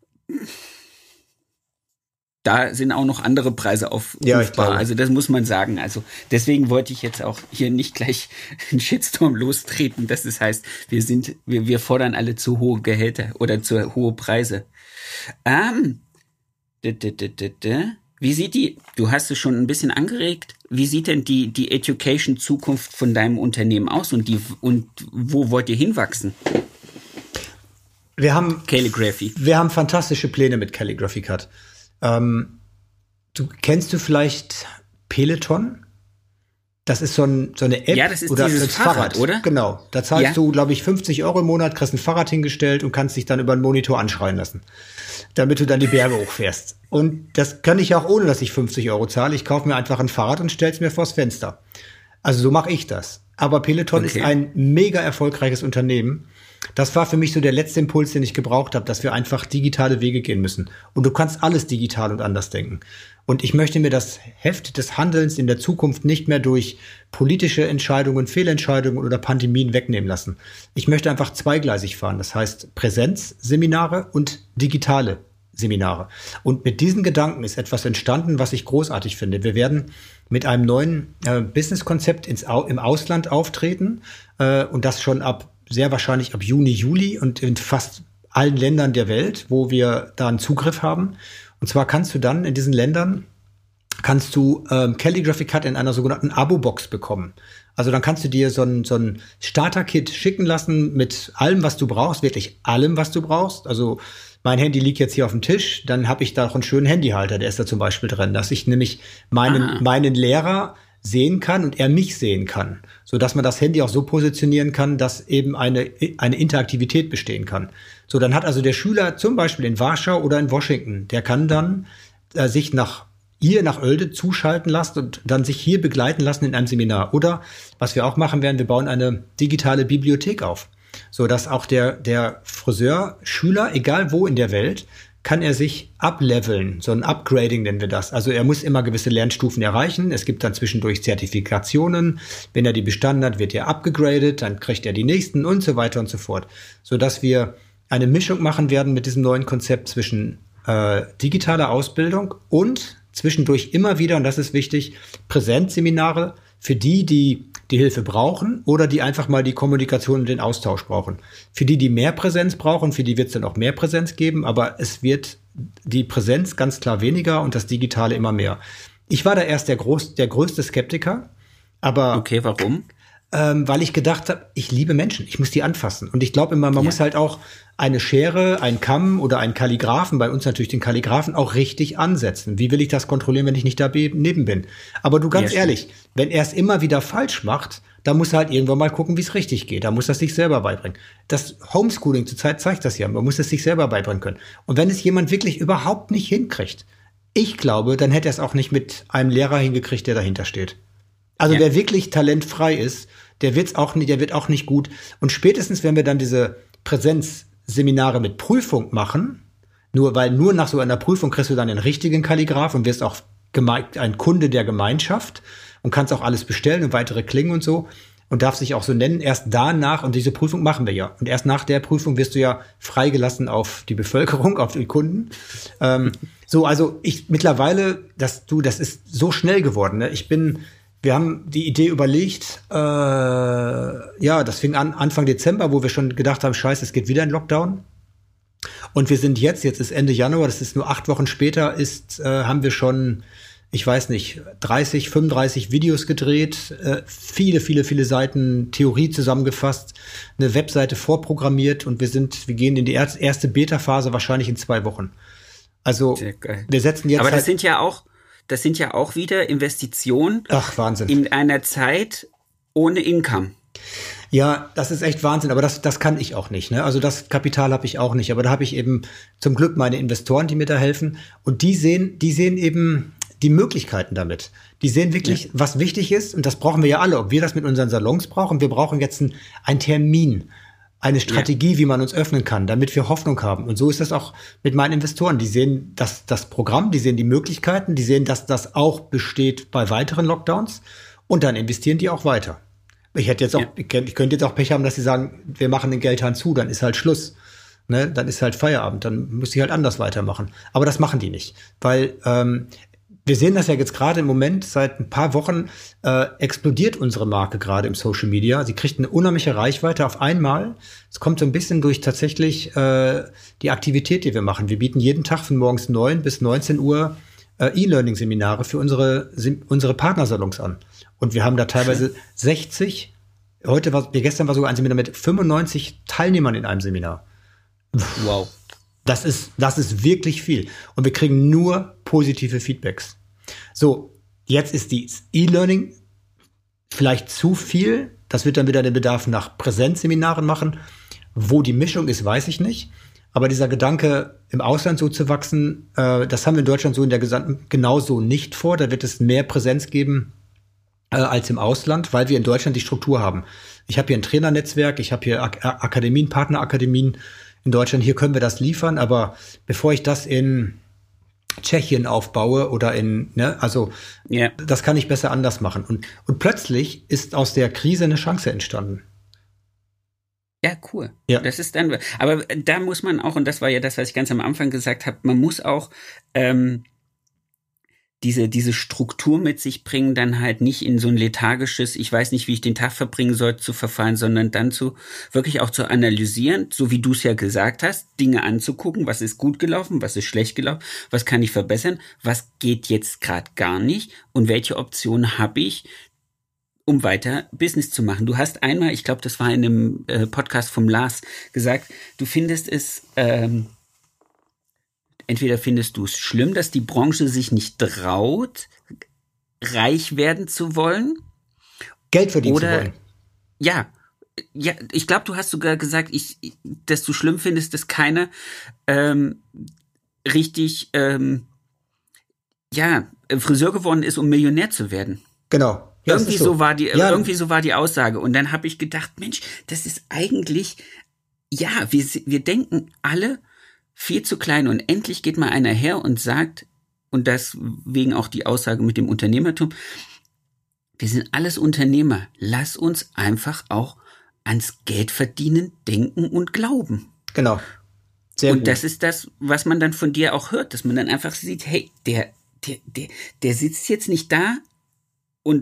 Da sind auch noch andere Preise aufrufbar. Ja, ich glaube. Also das muss man sagen. Also deswegen wollte ich jetzt auch hier nicht gleich einen Shitstorm lostreten, dass es heißt, wir sind, wir, wir fordern alle zu hohe Gehälter oder zu hohe Preise. Ähm, d -d -d -d -d wie sieht die, du hast es schon ein bisschen angeregt, wie sieht denn die, die Education-Zukunft von deinem Unternehmen aus und die, und wo wollt ihr hinwachsen? Wir haben, Calligraphy. Wir haben fantastische Pläne mit Calligraphy Cut. Ähm, du kennst du vielleicht Peloton? Das ist so, ein, so eine App ja, das ist oder dieses das Fahrrad, Fahrrad, oder? Genau. Da zahlst ja. du, glaube ich, fünfzig Euro im Monat, kriegst ein Fahrrad hingestellt und kannst dich dann über einen Monitor anschreien lassen, damit du dann die Berge hochfährst. Und das kann ich auch ohne, dass ich fünfzig Euro zahle. Ich kaufe mir einfach ein Fahrrad und stell's mir vors Fenster. Also so mache ich das. Aber Peloton okay. ist ein mega erfolgreiches Unternehmen. Das war für mich so der letzte Impuls, den ich gebraucht habe, dass wir einfach digitale Wege gehen müssen. Und du kannst alles digital und anders denken. Und ich möchte mir das Heft des Handelns in der Zukunft nicht mehr durch politische Entscheidungen, Fehlentscheidungen oder Pandemien wegnehmen lassen. Ich möchte einfach zweigleisig fahren. Das heißt Präsenzseminare und digitale Seminare. Und mit diesen Gedanken ist etwas entstanden, was ich großartig finde. Wir werden mit einem neuen äh, Businesskonzept ins Au- im Ausland auftreten äh, und das schon ab sehr wahrscheinlich ab Juni, Juli und in fast allen Ländern der Welt, wo wir da einen Zugriff haben. Und zwar kannst du dann in diesen Ländern, kannst du ähm, Calligraphy Cut in einer sogenannten Abo-Box bekommen. Also dann kannst du dir so ein, so ein Starter-Kit schicken lassen mit allem, was du brauchst, wirklich allem, was du brauchst. Also mein Handy liegt jetzt hier auf dem Tisch, dann habe ich da auch einen schönen Handyhalter, der ist da zum Beispiel drin, dass ich nämlich meinen, ah. meinen Lehrer sehen kann und er mich sehen kann, so dass man das Handy auch so positionieren kann, dass eben eine eine Interaktivität bestehen kann. So, dann hat also der Schüler zum Beispiel in Warschau oder in Washington, der kann dann äh, sich nach hier nach Oelde zuschalten lassen und dann sich hier begleiten lassen in einem Seminar. Oder was wir auch machen werden, wir bauen eine digitale Bibliothek auf, so dass auch der der Friseur-Schüler, egal wo in der Welt, kann er sich upleveln, so ein Upgrading nennen wir das. Also er muss immer gewisse Lernstufen erreichen. Es gibt dann zwischendurch Zertifikationen. Wenn er die bestanden hat, wird er abgegradet, dann kriegt er die nächsten und so weiter und so fort. Sodass wir eine Mischung machen werden mit diesem neuen Konzept zwischen äh, digitaler Ausbildung und zwischendurch immer wieder, und das ist wichtig, Präsenzseminare für die, die die Hilfe brauchen oder die einfach mal die Kommunikation und den Austausch brauchen. Für die, die mehr Präsenz brauchen, für die wird es dann auch mehr Präsenz geben, aber es wird die Präsenz ganz klar weniger und das Digitale immer mehr. Ich war da erst der, groß, der größte Skeptiker, aber okay, warum? Ähm, weil ich gedacht habe, ich liebe Menschen, ich muss die anfassen. Und ich glaube immer, man ja. muss halt auch eine Schere, einen Kamm oder einen Kalligraphen, bei uns natürlich den Kalligraphen, auch richtig ansetzen. Wie will ich das kontrollieren, wenn ich nicht daneben bin? Aber du, ganz ja, ehrlich, stimmt. wenn er es immer wieder falsch macht, dann muss er halt irgendwann mal gucken, wie es richtig geht. Da muss er es sich selber beibringen. Das Homeschooling zurzeit zeigt das ja. Man muss es sich selber beibringen können. Und wenn es jemand wirklich überhaupt nicht hinkriegt, ich glaube, dann hätte er es auch nicht mit einem Lehrer hingekriegt, der dahinter steht. Also ja. der wirklich talentfrei ist, der wird's auch nicht, der wird auch nicht gut. Und spätestens, wenn wir dann diese Präsenzseminare mit Prüfung machen, nur weil nur nach so einer Prüfung kriegst du dann den richtigen Kalligraph und wirst auch geme- ein Kunde der Gemeinschaft und kannst auch alles bestellen und weitere Klingen und so und darfst dich auch so nennen. Erst danach, und diese Prüfung machen wir ja. Und erst nach der Prüfung wirst du ja freigelassen auf die Bevölkerung, auf die Kunden. Ähm, so, also ich mittlerweile, dass du, das ist so schnell geworden. Ne? Ich bin Wir haben die Idee überlegt, äh, ja, das fing an Anfang Dezember, wo wir schon gedacht haben, scheiße, es geht wieder in Lockdown. Und wir sind jetzt, jetzt ist Ende Januar, das ist nur acht Wochen später, ist, äh, haben wir schon, ich weiß nicht, dreißig, fünfunddreißig Videos gedreht, äh, viele, viele, viele Seiten Theorie zusammengefasst, eine Webseite vorprogrammiert und wir sind, wir gehen in die erste Beta-Phase wahrscheinlich in zwei Wochen. Also, wir setzen jetzt Aber das halt sind ja auch Das sind ja auch wieder Investitionen. Ach, Wahnsinn. In einer Zeit ohne Income. Ja, das ist echt Wahnsinn, aber das, das kann ich auch nicht. Ne? Also das Kapital habe ich auch nicht. Aber da habe ich eben zum Glück meine Investoren, die mir da helfen. Und die sehen, die sehen eben die Möglichkeiten damit. Die sehen wirklich, ja. was wichtig ist. Und das brauchen wir ja alle. Ob wir das mit unseren Salons brauchen. Wir brauchen jetzt einen, einen Termin. Eine Strategie, ja. wie man uns öffnen kann, damit wir Hoffnung haben. Und so ist das auch mit meinen Investoren. Die sehen das, das Programm, die sehen die Möglichkeiten, die sehen, dass das auch besteht bei weiteren Lockdowns und dann investieren die auch weiter. Ich hätte jetzt auch, ja. ich könnte jetzt auch Pech haben, dass sie sagen, wir machen den Geldhahn zu, dann ist halt Schluss. Ne? Dann ist halt Feierabend, dann muss ich halt anders weitermachen. Aber das machen die nicht, weil ähm, wir sehen das ja jetzt gerade im Moment, seit ein paar Wochen äh, explodiert unsere Marke gerade im Social Media. Sie kriegt eine unheimliche Reichweite auf einmal. Es kommt so ein bisschen durch tatsächlich äh, die Aktivität, die wir machen. Wir bieten jeden Tag von morgens neun bis neunzehn Uhr äh, E-Learning-Seminare für unsere unsere Partnersalons an. Und wir haben da teilweise sechzig, heute war, gestern war sogar ein Seminar mit fünfundneunzig Teilnehmern in einem Seminar. Wow. Das ist, das ist wirklich viel. Und wir kriegen nur positive Feedbacks. So, jetzt ist die E-Learning vielleicht zu viel. Das wird dann wieder den Bedarf nach Präsenzseminaren machen. Wo die Mischung ist, weiß ich nicht. Aber dieser Gedanke, im Ausland so zu wachsen, äh, das haben wir in Deutschland so in der gesamten genauso nicht vor. Da wird es mehr Präsenz geben äh, als im Ausland, weil wir in Deutschland die Struktur haben. Ich habe hier ein Trainernetzwerk, ich habe hier Ak- Akademien, Partnerakademien in Deutschland. Hier können wir das liefern, aber bevor ich das in Tschechien aufbaue oder in, ne, also yeah. das kann ich besser anders machen. Und, und plötzlich ist aus der Krise eine Chance entstanden. Ja, cool. Ja. Das ist dann, aber da muss man auch, und das war ja das, was ich ganz am Anfang gesagt habe, man muss auch ähm, diese diese Struktur mit sich bringen, dann halt nicht in so ein lethargisches, ich weiß nicht, wie ich den Tag verbringen soll, zu verfallen, sondern dann zu wirklich auch zu analysieren, so wie du es ja gesagt hast, Dinge anzugucken, was ist gut gelaufen, was ist schlecht gelaufen, was kann ich verbessern, was geht jetzt gerade gar nicht und welche Optionen habe ich, um weiter Business zu machen. Du hast einmal, ich glaube, das war in einem äh, Podcast vom Lars, gesagt, du findest es ähm, entweder findest du es schlimm, dass die Branche sich nicht traut, reich werden zu wollen. Geld verdienen oder, zu wollen. Ja, ja, ich glaube, du hast sogar gesagt, ich, dass du schlimm findest, dass keiner ähm, richtig ähm, ja, Friseur geworden ist, um Millionär zu werden. Genau. Ja, irgendwie, so. So war die, ja. irgendwie so war die Aussage. Und dann habe ich gedacht, Mensch, das ist eigentlich, ja, wir, wir denken alle viel zu klein und endlich geht mal einer her und sagt, und deswegen auch die Aussage mit dem Unternehmertum, wir sind alles Unternehmer, lass uns einfach auch ans Geldverdienen denken und glauben. Genau. Sehr und gut. Das ist das, was man dann von dir auch hört, dass man dann einfach sieht, hey, der, der, der, der sitzt jetzt nicht da und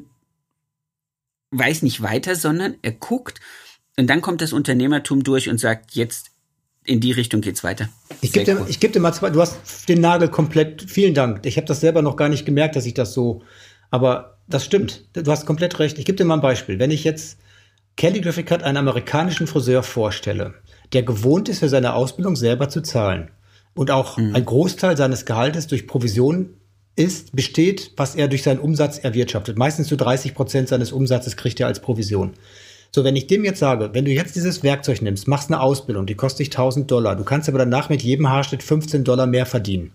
weiß nicht weiter, sondern er guckt und dann kommt das Unternehmertum durch und sagt, jetzt in die Richtung geht's weiter. Ich gebe dir, cool. ich geb dir mal zwei, du hast den Nagel komplett, vielen Dank. Ich habe das selber noch gar nicht gemerkt, dass ich das so, aber das stimmt. Du hast komplett recht. Ich gebe dir mal ein Beispiel. Wenn ich jetzt Kelly Griffith einen amerikanischen Friseur vorstelle, der gewohnt ist, für seine Ausbildung selber zu zahlen und auch mhm. ein Großteil seines Gehaltes durch Provision ist, besteht, was er durch seinen Umsatz erwirtschaftet. Meistens zu dreißig Prozent seines Umsatzes kriegt er als Provision. So, wenn ich dem jetzt sage, wenn du jetzt dieses Werkzeug nimmst, machst eine Ausbildung, die kostet dich tausend Dollar, du kannst aber danach mit jedem Haarschnitt fünfzehn Dollar mehr verdienen.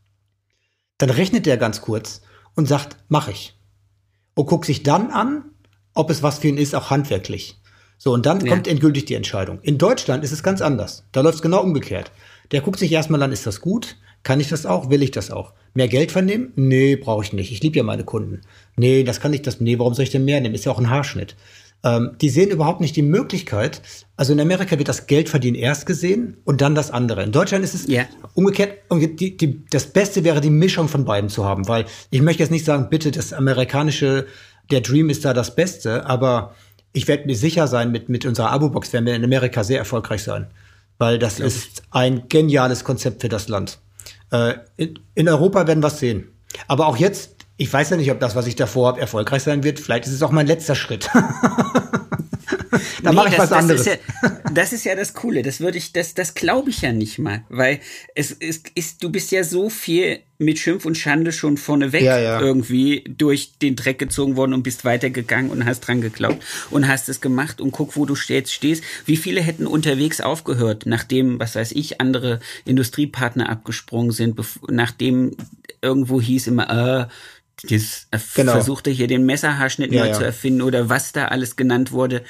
Dann rechnet der ganz kurz und sagt, mach ich. Und guckt sich dann an, ob es was für ihn ist, auch handwerklich. So, und dann ja. kommt endgültig die Entscheidung. In Deutschland ist es ganz anders. Da läuft es genau umgekehrt. Der guckt sich erstmal an, ist das gut? Kann ich das auch? Will ich das auch? Mehr Geld vernehmen? Nee, brauche ich nicht. Ich liebe ja meine Kunden. Nee, das kann ich das. Nee, warum soll ich denn mehr nehmen? Ist ja auch ein Haarschnitt. Ähm, die sehen überhaupt nicht die Möglichkeit. Also in Amerika wird das Geldverdienen erst gesehen und dann das andere. In Deutschland ist es yeah. umgekehrt. Die, die, das Beste wäre, die Mischung von beiden zu haben. Weil ich möchte jetzt nicht sagen, bitte, das amerikanische, der Dream ist da das Beste. Aber ich werde mir sicher sein, mit, mit unserer Abo-Box werden wir in Amerika sehr erfolgreich sein. Weil das ja. ist ein geniales Konzept für das Land. Äh, in, in Europa werden wir es sehen. Aber auch jetzt, ich weiß ja nicht, ob das, was ich davor habe, erfolgreich sein wird. Vielleicht ist es auch mein letzter Schritt. Da nee, mache ich das, was das anderes. Ist ja, das ist ja das Coole. Das würde ich, das, das glaube ich ja nicht mal, weil es ist, ist, du bist ja so viel mit Schimpf und Schande schon vorneweg ja, ja. irgendwie durch den Dreck gezogen worden und bist weitergegangen und hast dran geglaubt und hast es gemacht und guck, wo du jetzt stehst. Wie viele hätten unterwegs aufgehört, nachdem, was weiß ich, andere Industriepartner abgesprungen sind, nachdem irgendwo hieß immer, äh, Jetzt genau. versucht er hier den Messerhaarschnitt ja, neu ja. zu erfinden oder was da alles genannt wurde.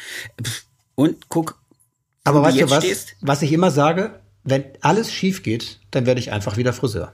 Und guck, aber wo weißt du du was, stehst. Was ich immer sage, wenn alles schief geht, dann werde ich einfach wieder Friseur.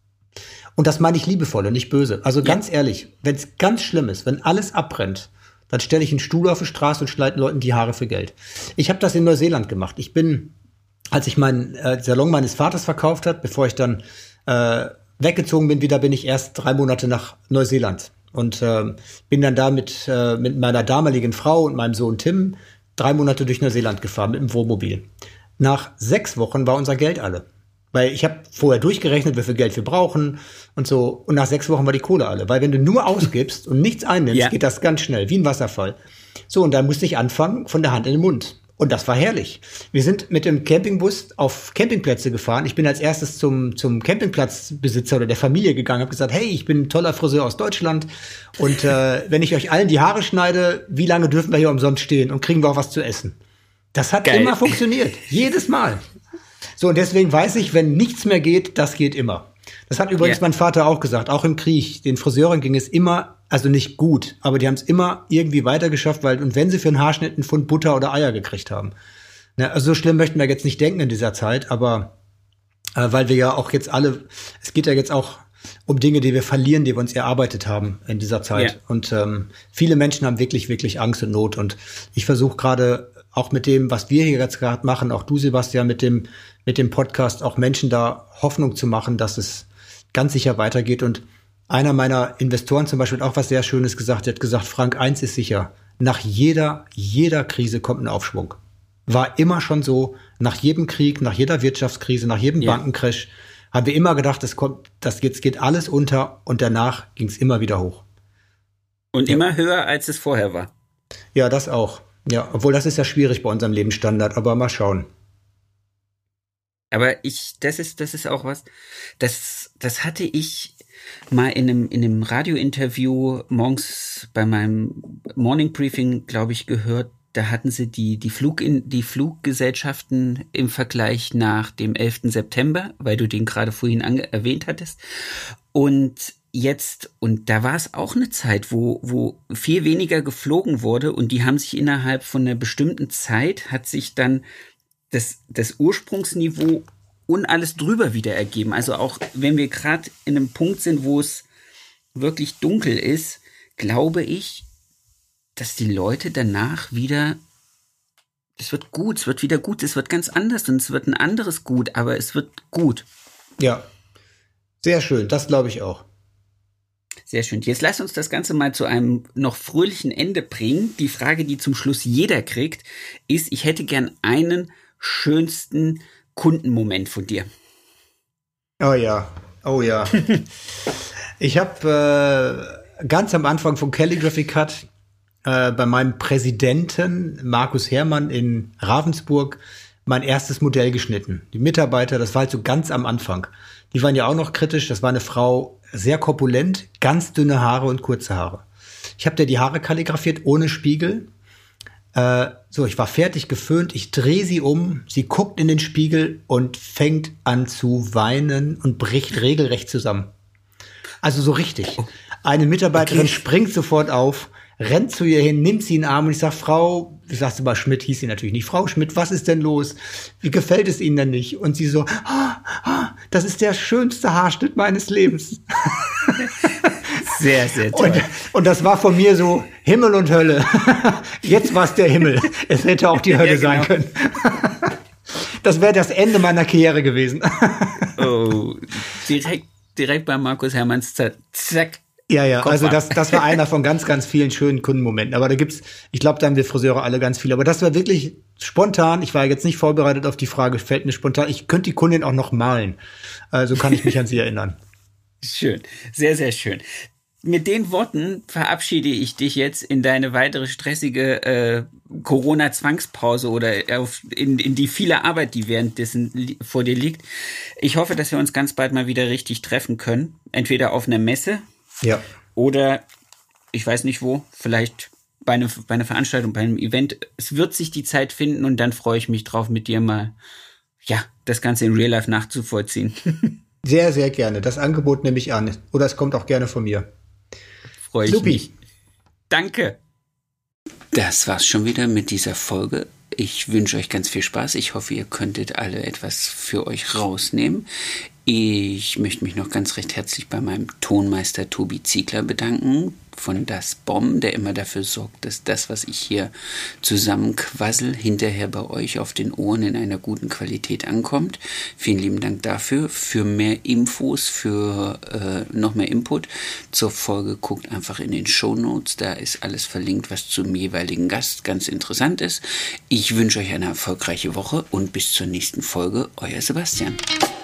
Und das meine ich liebevoll und nicht böse. Also ja. ganz ehrlich, wenn es ganz schlimm ist, wenn alles abbrennt, dann stelle ich einen Stuhl auf die Straße und schneide Leuten die Haare für Geld. Ich habe das in Neuseeland gemacht. Ich bin, als ich meinen äh, Salon meines Vaters verkauft habe, bevor ich dann äh, weggezogen bin wieder, bin ich erst drei Monate nach Neuseeland und äh, bin dann da mit, äh, mit meiner damaligen Frau und meinem Sohn Tim drei Monate durch Neuseeland gefahren mit dem Wohnmobil. Nach sechs Wochen war unser Geld alle. Weil ich habe vorher durchgerechnet, wie viel Geld wir brauchen und so. Und nach sechs Wochen war die Kohle alle. Weil wenn du nur ausgibst und nichts einnimmst, ja. geht das ganz schnell, wie ein Wasserfall. So, und dann musste ich anfangen von der Hand in den Mund. Und das war herrlich. Wir sind mit dem Campingbus auf Campingplätze gefahren. Ich bin als erstes zum zum Campingplatzbesitzer oder der Familie gegangen, habe gesagt, hey, ich bin ein toller Friseur aus Deutschland und äh, wenn ich euch allen die Haare schneide, wie lange dürfen wir hier umsonst stehen und kriegen wir auch was zu essen? Das hat Geil. immer funktioniert, jedes Mal. So, und deswegen weiß ich, wenn nichts mehr geht, das geht immer. Das hat übrigens yeah. mein Vater auch gesagt, auch im Krieg. Den Friseuren ging es immer, also nicht gut, aber die haben es immer irgendwie weitergeschafft, weil, und wenn sie für einen Haarschnitt einen Pfund Butter oder Eier gekriegt haben. Na, also so schlimm möchten wir jetzt nicht denken in dieser Zeit, aber äh, weil wir ja auch jetzt alle, es geht ja jetzt auch um Dinge, die wir verlieren, die wir uns erarbeitet haben in dieser Zeit. Yeah. Und ähm, viele Menschen haben wirklich, wirklich Angst und Not. Und ich versuche gerade auch mit dem, was wir hier jetzt gerade machen, auch du, Sebastian, mit dem mit dem Podcast auch Menschen da Hoffnung zu machen, dass es ganz sicher weitergeht. Und einer meiner Investoren zum Beispiel hat auch was sehr Schönes gesagt. Er hat gesagt, Frank, eins ist sicher, nach jeder, jeder Krise kommt ein Aufschwung. War immer schon so, nach jedem Krieg, nach jeder Wirtschaftskrise, nach jedem ja. Bankencrash, haben wir immer gedacht, das kommt, das jetzt geht alles unter und danach ging es immer wieder hoch. Und ja. immer höher, als es vorher war. Ja, das auch. Ja, obwohl das ist ja schwierig bei unserem Lebensstandard, aber mal schauen. Aber ich, das ist, das ist auch was, das, das hatte ich mal in einem, in einem Radiointerview morgens bei meinem Morning Briefing, glaube ich, gehört. Da hatten sie die, die Flug in, die Fluggesellschaften im Vergleich nach dem elften September, weil du den gerade vorhin ange- erwähnt hattest. Und jetzt, und da war es auch eine Zeit, wo, wo viel weniger geflogen wurde und die haben sich innerhalb von einer bestimmten Zeit, hat sich dann das, das Ursprungsniveau und alles drüber wieder ergeben. Also auch wenn wir gerade in einem Punkt sind, wo es wirklich dunkel ist, glaube ich, dass die Leute danach wieder, es wird gut, es wird wieder gut, es wird ganz anders und es wird ein anderes Gut, aber es wird gut. Ja, sehr schön, das glaube ich auch. Sehr schön. Jetzt lass uns das Ganze mal zu einem noch fröhlichen Ende bringen. Die Frage, die zum Schluss jeder kriegt, ist, ich hätte gern einen schönsten Kundenmoment von dir. Oh ja, oh ja. Ich habe äh, ganz am Anfang von Calligraphy Cut äh, bei meinem Präsidenten Markus Herrmann in Ravensburg mein erstes Modell geschnitten. Die Mitarbeiter, das war halt so ganz am Anfang. Die waren ja auch noch kritisch. Das war eine Frau, sehr korpulent, ganz dünne Haare und kurze Haare. Ich habe dir die Haare kalligrafiert ohne Spiegel. Äh, so, ich war fertig geföhnt. Ich drehe sie um. Sie guckt in den Spiegel und fängt an zu weinen und bricht regelrecht zusammen. Also so richtig. Eine Mitarbeiterin okay. springt sofort auf, rennt zu ihr hin, nimmt sie in den Arm und ich sag, Frau, ich sagte mal Schmidt, hieß sie natürlich nicht, Frau Schmidt, was ist denn los? Wie gefällt es Ihnen denn nicht? Und sie so, ah, ah, das ist der schönste Haarschnitt meines Lebens. Sehr, sehr toll. Und, und das war von mir so Himmel und Hölle. Jetzt war es der Himmel. Es hätte auch die Hölle ja, genau. sein können. Das wäre das Ende meiner Karriere gewesen. Oh, direkt, direkt bei Markus Herrmanns, zack. Ja, ja, Kopf also das, das war einer von ganz, ganz vielen schönen Kundenmomenten. Aber da gibt's, ich glaube, da haben wir Friseure alle ganz viele. Aber das war wirklich spontan. Ich war jetzt nicht vorbereitet auf die Frage, fällt mir spontan. Ich könnte die Kundin auch noch malen. Also kann ich mich an sie erinnern. Schön, sehr, sehr schön. Mit den Worten verabschiede ich dich jetzt in deine weitere stressige äh, Corona-Zwangspause oder auf, in, in die viele Arbeit, die währenddessen li- vor dir liegt. Ich hoffe, dass wir uns ganz bald mal wieder richtig treffen können. Entweder auf einer Messe ja. oder, ich weiß nicht wo, vielleicht bei, eine, bei einer Veranstaltung, bei einem Event. Es wird sich die Zeit finden und dann freue ich mich drauf, mit dir mal ja das Ganze in Real Life nachzuvollziehen. Sehr, sehr gerne. Das Angebot nehme ich an. Oder es kommt auch gerne von mir. Freue ich Supi. mich. Danke. Das war's schon wieder mit dieser Folge. Ich wünsche euch ganz viel Spaß. Ich hoffe, ihr könntet alle etwas für euch rausnehmen. Ich möchte mich noch ganz recht herzlich bei meinem Tonmeister Tobi Ziegler bedanken von Das Bomb, der immer dafür sorgt, dass das, was ich hier zusammenquassel, hinterher bei euch auf den Ohren in einer guten Qualität ankommt. Vielen lieben Dank dafür. Für mehr Infos, für äh, noch mehr Input zur Folge, guckt einfach in den Shownotes. Da ist alles verlinkt, was zum jeweiligen Gast ganz interessant ist. Ich wünsche euch eine erfolgreiche Woche und bis zur nächsten Folge. Euer Sebastian.